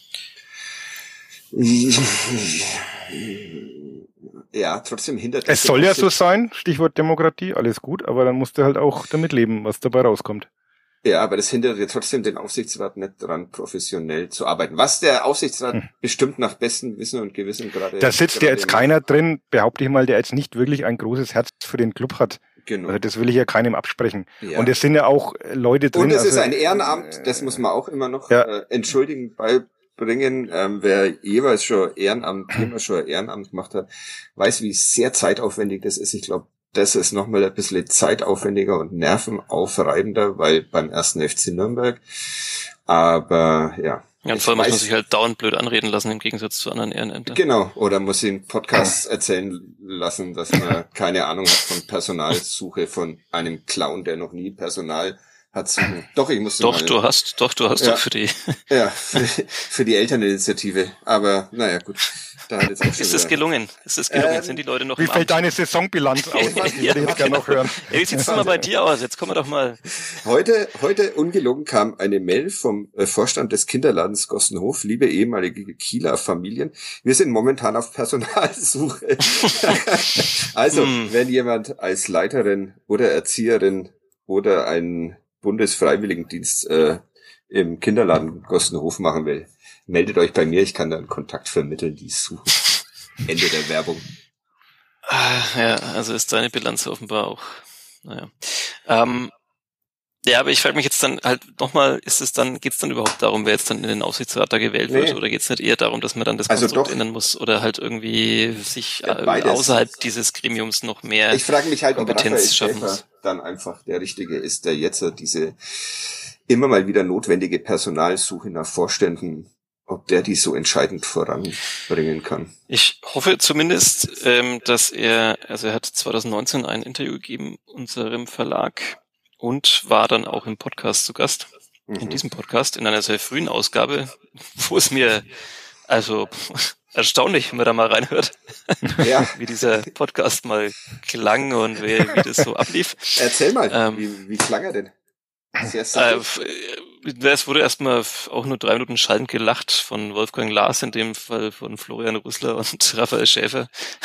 Ja, trotzdem hindert es soll ja so sein, Stichwort Demokratie, alles gut, aber dann musst du halt auch damit leben, was dabei rauskommt. Ja, aber das hindert ja trotzdem den Aufsichtsrat nicht daran, professionell zu arbeiten. Was der Aufsichtsrat bestimmt nach bestem Wissen und Gewissen gerade... Da sitzt ja jetzt keiner drin, behaupte ich mal, der jetzt nicht wirklich ein großes Herz für den Club hat. Genau. Also das will ich ja keinem absprechen. Ja. Und es sind ja auch Leute drin... Und es ist ein Ehrenamt, das muss man auch immer noch entschuldigen beibringen. Wer jeweils schon Ehrenamt gemacht hat, weiß, wie sehr zeitaufwendig das ist. Ich glaube, das ist nochmal ein bisschen zeitaufwendiger und nervenaufreibender, weil beim 1. FC Nürnberg. Aber ja. Ja, und vor allem muss man sich halt dauernd blöd anreden lassen, im Gegensatz zu anderen Ehrenämtern. Genau, oder muss den Podcast erzählen lassen, dass man keine Ahnung hat von Personalsuche von einem Clown, der noch nie Personal hat suchen. Doch, ich musste du hast doch für die... Ja, für die Elterninitiative. Aber naja, gut. Da hat jetzt auch schon Ist es gelungen? Sind die Leute noch Wie fällt deine Saisonbilanz aus? Die würde ich jetzt gerne noch hören. Wie sieht's denn mal bei dir aus? Jetzt kommen wir doch mal. Heute ungelogen kam eine Mail vom Vorstand des Kinderladens Gossenhof. Liebe ehemalige Kieler Familien, wir sind momentan auf Personalsuche. Also, wenn jemand als Leiterin oder Erzieherin oder einen Bundesfreiwilligendienst im Kinderladen Gostenhof machen will, meldet euch bei mir, ich kann da einen Kontakt vermitteln, die es suchen. Ende der Werbung. Ja, also ist deine Bilanz offenbar auch, naja. Ja, aber ich frage mich jetzt dann halt nochmal, geht's dann überhaupt darum, wer jetzt dann in den Aufsichtsrat da gewählt wird, oder geht's nicht eher darum, dass man dann das Konstrukt ändern muss oder halt irgendwie sich außerhalb dieses Gremiums noch mehr ich frage mich halt, Kompetenz ob schaffen muss? Dann einfach der Richtige ist, der jetzt diese immer mal wieder notwendige Personalsuche nach Vorständen, ob der die so entscheidend voranbringen kann. Ich hoffe zumindest, dass er hat 2019 ein Interview gegeben unserem Verlag und war dann auch im Podcast zu Gast. In diesem Podcast, in einer sehr frühen Ausgabe, wo es mir erstaunlich, wenn man da mal reinhört, wie dieser Podcast mal klang und wie das so ablief. Erzähl mal, wie klang er denn? Es wurde erstmal auch nur 3 Minuten schallend gelacht von Wolfgang Lars, in dem Fall von Florian Rüssler und Raphael Schäfer.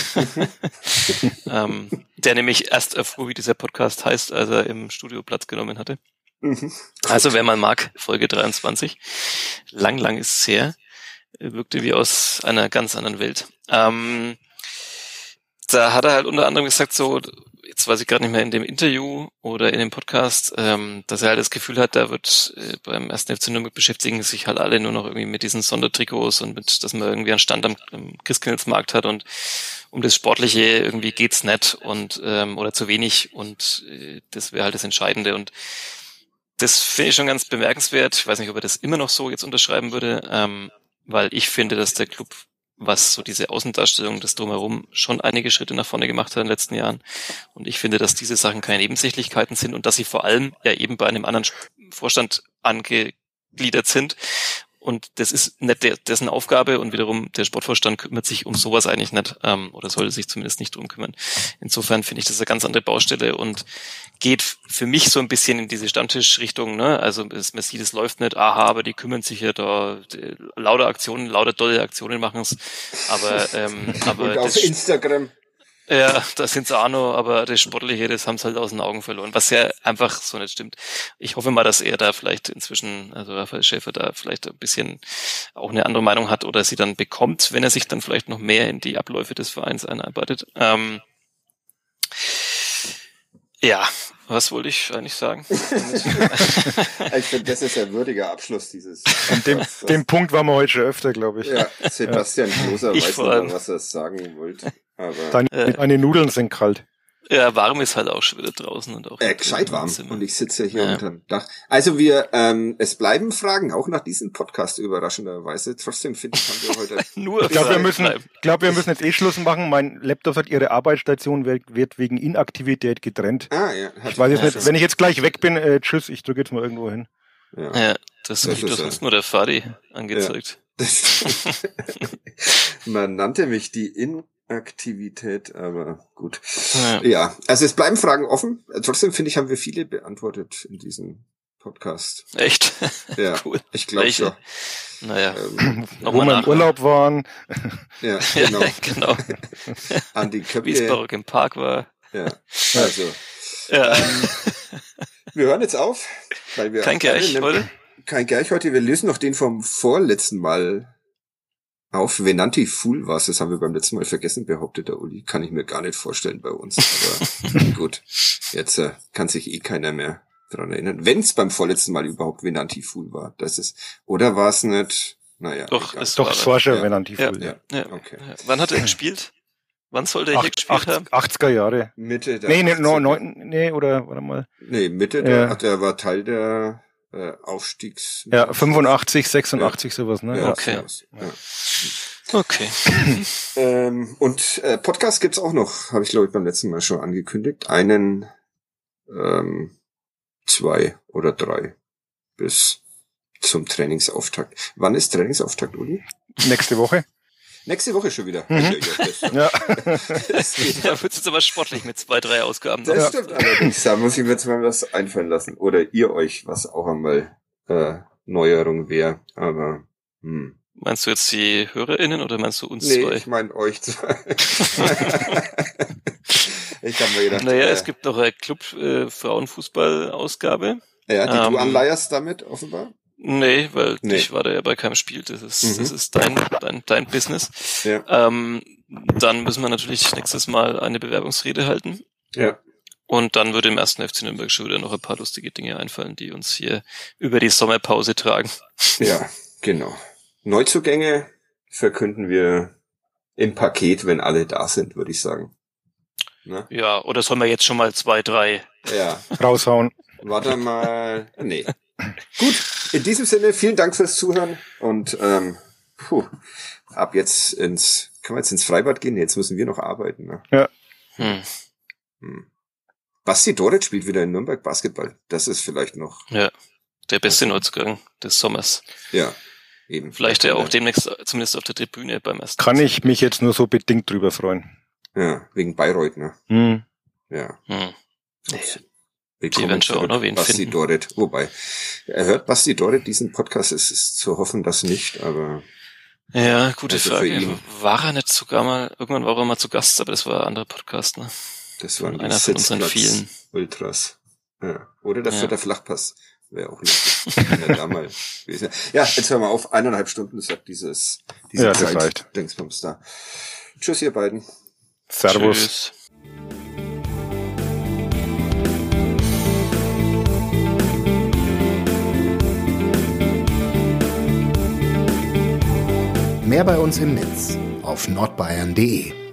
Der nämlich erst erfuhr, wie dieser Podcast heißt, als er im Studio Platz genommen hatte. Also wer mal mag, Folge 23. Lang ist es her. Wirkte wie aus einer ganz anderen Welt. Da hat er halt unter anderem gesagt, so, jetzt weiß ich gerade nicht mehr, in dem Interview oder in dem Podcast, dass er halt das Gefühl hat, da wird beim 1. FC Nürnberg beschäftigen sich halt alle nur noch irgendwie mit diesen Sondertrikots und mit, dass man irgendwie einen Stand am Christkindlesmarkt hat und um das Sportliche irgendwie geht's nicht und oder zu wenig und das wäre halt das Entscheidende und das finde ich schon ganz bemerkenswert. Ich weiß nicht, ob er das immer noch so jetzt unterschreiben würde, weil ich finde, dass der Club, was so diese Außendarstellung des Drumherum, schon einige Schritte nach vorne gemacht hat in den letzten Jahren. Und ich finde, dass diese Sachen keine Nebensächlichkeiten sind und dass sie vor allem ja eben bei einem anderen Vorstand angegliedert sind. Und das ist nicht dessen Aufgabe und wiederum der Sportvorstand kümmert sich um sowas eigentlich nicht oder sollte sich zumindest nicht drum kümmern. Insofern finde ich das eine ganz andere Baustelle und geht für mich so ein bisschen in diese Stammtischrichtung, ne? Also man sieht, es läuft nicht, aber die kümmern sich ja da, lauter tolle Aktionen machen es, aber und auf Instagram. Ja, da sind's auch noch, aber das Sportliche, das haben sie halt aus den Augen verloren, was ja einfach so nicht stimmt. Ich hoffe mal, dass er da vielleicht inzwischen, also Raphael Schäfer da vielleicht ein bisschen auch eine andere Meinung hat oder sie dann bekommt, wenn er sich dann vielleicht noch mehr in die Abläufe des Vereins einarbeitet. Ja, was wollte ich eigentlich sagen? Ich finde, das ist ein würdiger Abschluss dieses. Dem Punkt waren wir heute schon öfter, glaube ich. Ja, Sebastian Kloser weiß noch, was er sagen wollte. Aber deine Nudeln sind kalt. Ja, warm ist halt auch schon wieder draußen und auch. Gescheit warm. Und ich sitze hier unterm Dach. Also es bleiben Fragen, auch nach diesem Podcast überraschenderweise. Trotzdem finde ich, haben wir heute ich glaube, wir müssen jetzt Schluss machen. Mein Laptop sagt, Ihre Arbeitsstation wird wegen Inaktivität getrennt. Ah, ja. Ich weiß jetzt nicht, wenn ich jetzt gleich weg bin, tschüss, ich drücke jetzt mal irgendwo hin. Ja, das kriegt doch sonst nur der Fadi angezeigt. Ja. Man nannte mich die Inaktivität, aber gut. Ja, also es bleiben Fragen offen. Trotzdem finde ich, haben wir viele beantwortet in diesem Podcast. Echt? Ja, cool. Ich glaube schon. Naja, wo wir im Urlaub waren. Ja, genau. Ja, genau. Andi Köpke. Wie es bei Rock im Park war. Ja, also. Ja. Wir hören jetzt auf, weil wir kein Gerch heute. Kein Gerch heute. Wir lösen noch den vom vorletzten Mal auf. Venanti Fool war es. Das haben wir beim letzten Mal vergessen, behauptet der Uli. Kann ich mir gar nicht vorstellen bei uns. Aber gut, jetzt kann sich keiner mehr dran erinnern. Wenn es beim vorletzten Mal überhaupt Venanti Fool war. Das ist, oder war es nicht? Naja. Doch, es war schon Venanti Fool. Ja. Okay. Wann hat er gespielt? Wann soll der hier gespielt haben? 80er Jahre. Mitte der warte mal. Nee, Mitte der war Teil der Aufstiegs... Ja, 85, 86, sowas, ne? Ja, okay. Ja. Okay. Und Podcast gibt's auch noch, habe ich glaube ich beim letzten Mal schon angekündigt. 2 oder 3 bis zum Trainingsauftakt. Wann ist Trainingsauftakt, Uli? Nächste Woche. Nächste Woche schon wieder. Ja. Das geht. Ja, wird's jetzt aber sportlich mit 2, 3 Ausgaben. Das stimmt allerdings. Da muss ich mir jetzt mal was einfallen lassen. Oder ihr euch, was auch einmal Neuerung wäre. Aber Meinst du jetzt die HörerInnen oder meinst du uns zwei? Nee, ich meine euch zwei. Ich habe mir gedacht. Naja, es gibt noch eine Club Frauenfußball-Ausgabe. Ja, die du anleierst damit, offenbar. Nee, weil ich war da ja bei keinem Spiel. Das ist dein Business. Ja. Dann müssen wir natürlich nächstes Mal eine Bewerbungsrede halten. Ja. Und dann würde im 1. FC Nürnberg schon wieder noch ein paar lustige Dinge einfallen, die uns hier über die Sommerpause tragen. Ja, genau. Neuzugänge verkünden wir im Paket, wenn alle da sind, würde ich sagen. Ne? Ja, oder sollen wir jetzt schon mal 2, 3 raushauen? Warte mal. Nee. Gut, in diesem Sinne, vielen Dank fürs Zuhören und ab jetzt können wir jetzt ins Freibad gehen? Jetzt müssen wir noch arbeiten. Ne? Ja. Basti Doric spielt wieder in Nürnberg Basketball. Das ist vielleicht noch... Ja, der beste Neuzugang des Sommers. Ja, eben. Vielleicht ja auch demnächst zumindest auf der Tribüne beim ersten. Kann ich mich jetzt nur so bedingt drüber freuen. Ja, wegen Bayreuth, ne? Ja. Die werden schon auch noch wen Basti finden. Dorit. Wobei, hört Basti Dorit diesen Podcast? Es ist zu hoffen, dass nicht, aber... Ja, gute also Frage. War er nicht sogar mal, irgendwann war er mal zu Gast, aber das war ein anderer Podcast, ne? Das waren einer von unseren vielen Ultras. Ja. Oder der Vierter Flachpass. Wäre auch lustig. Ja, jetzt hören wir auf. 1,5 Stunden sagt diese das reicht. Dingsbums da. Tschüss, ihr beiden. Servus. Tschüss. Mehr bei uns im Netz auf nordbayern.de.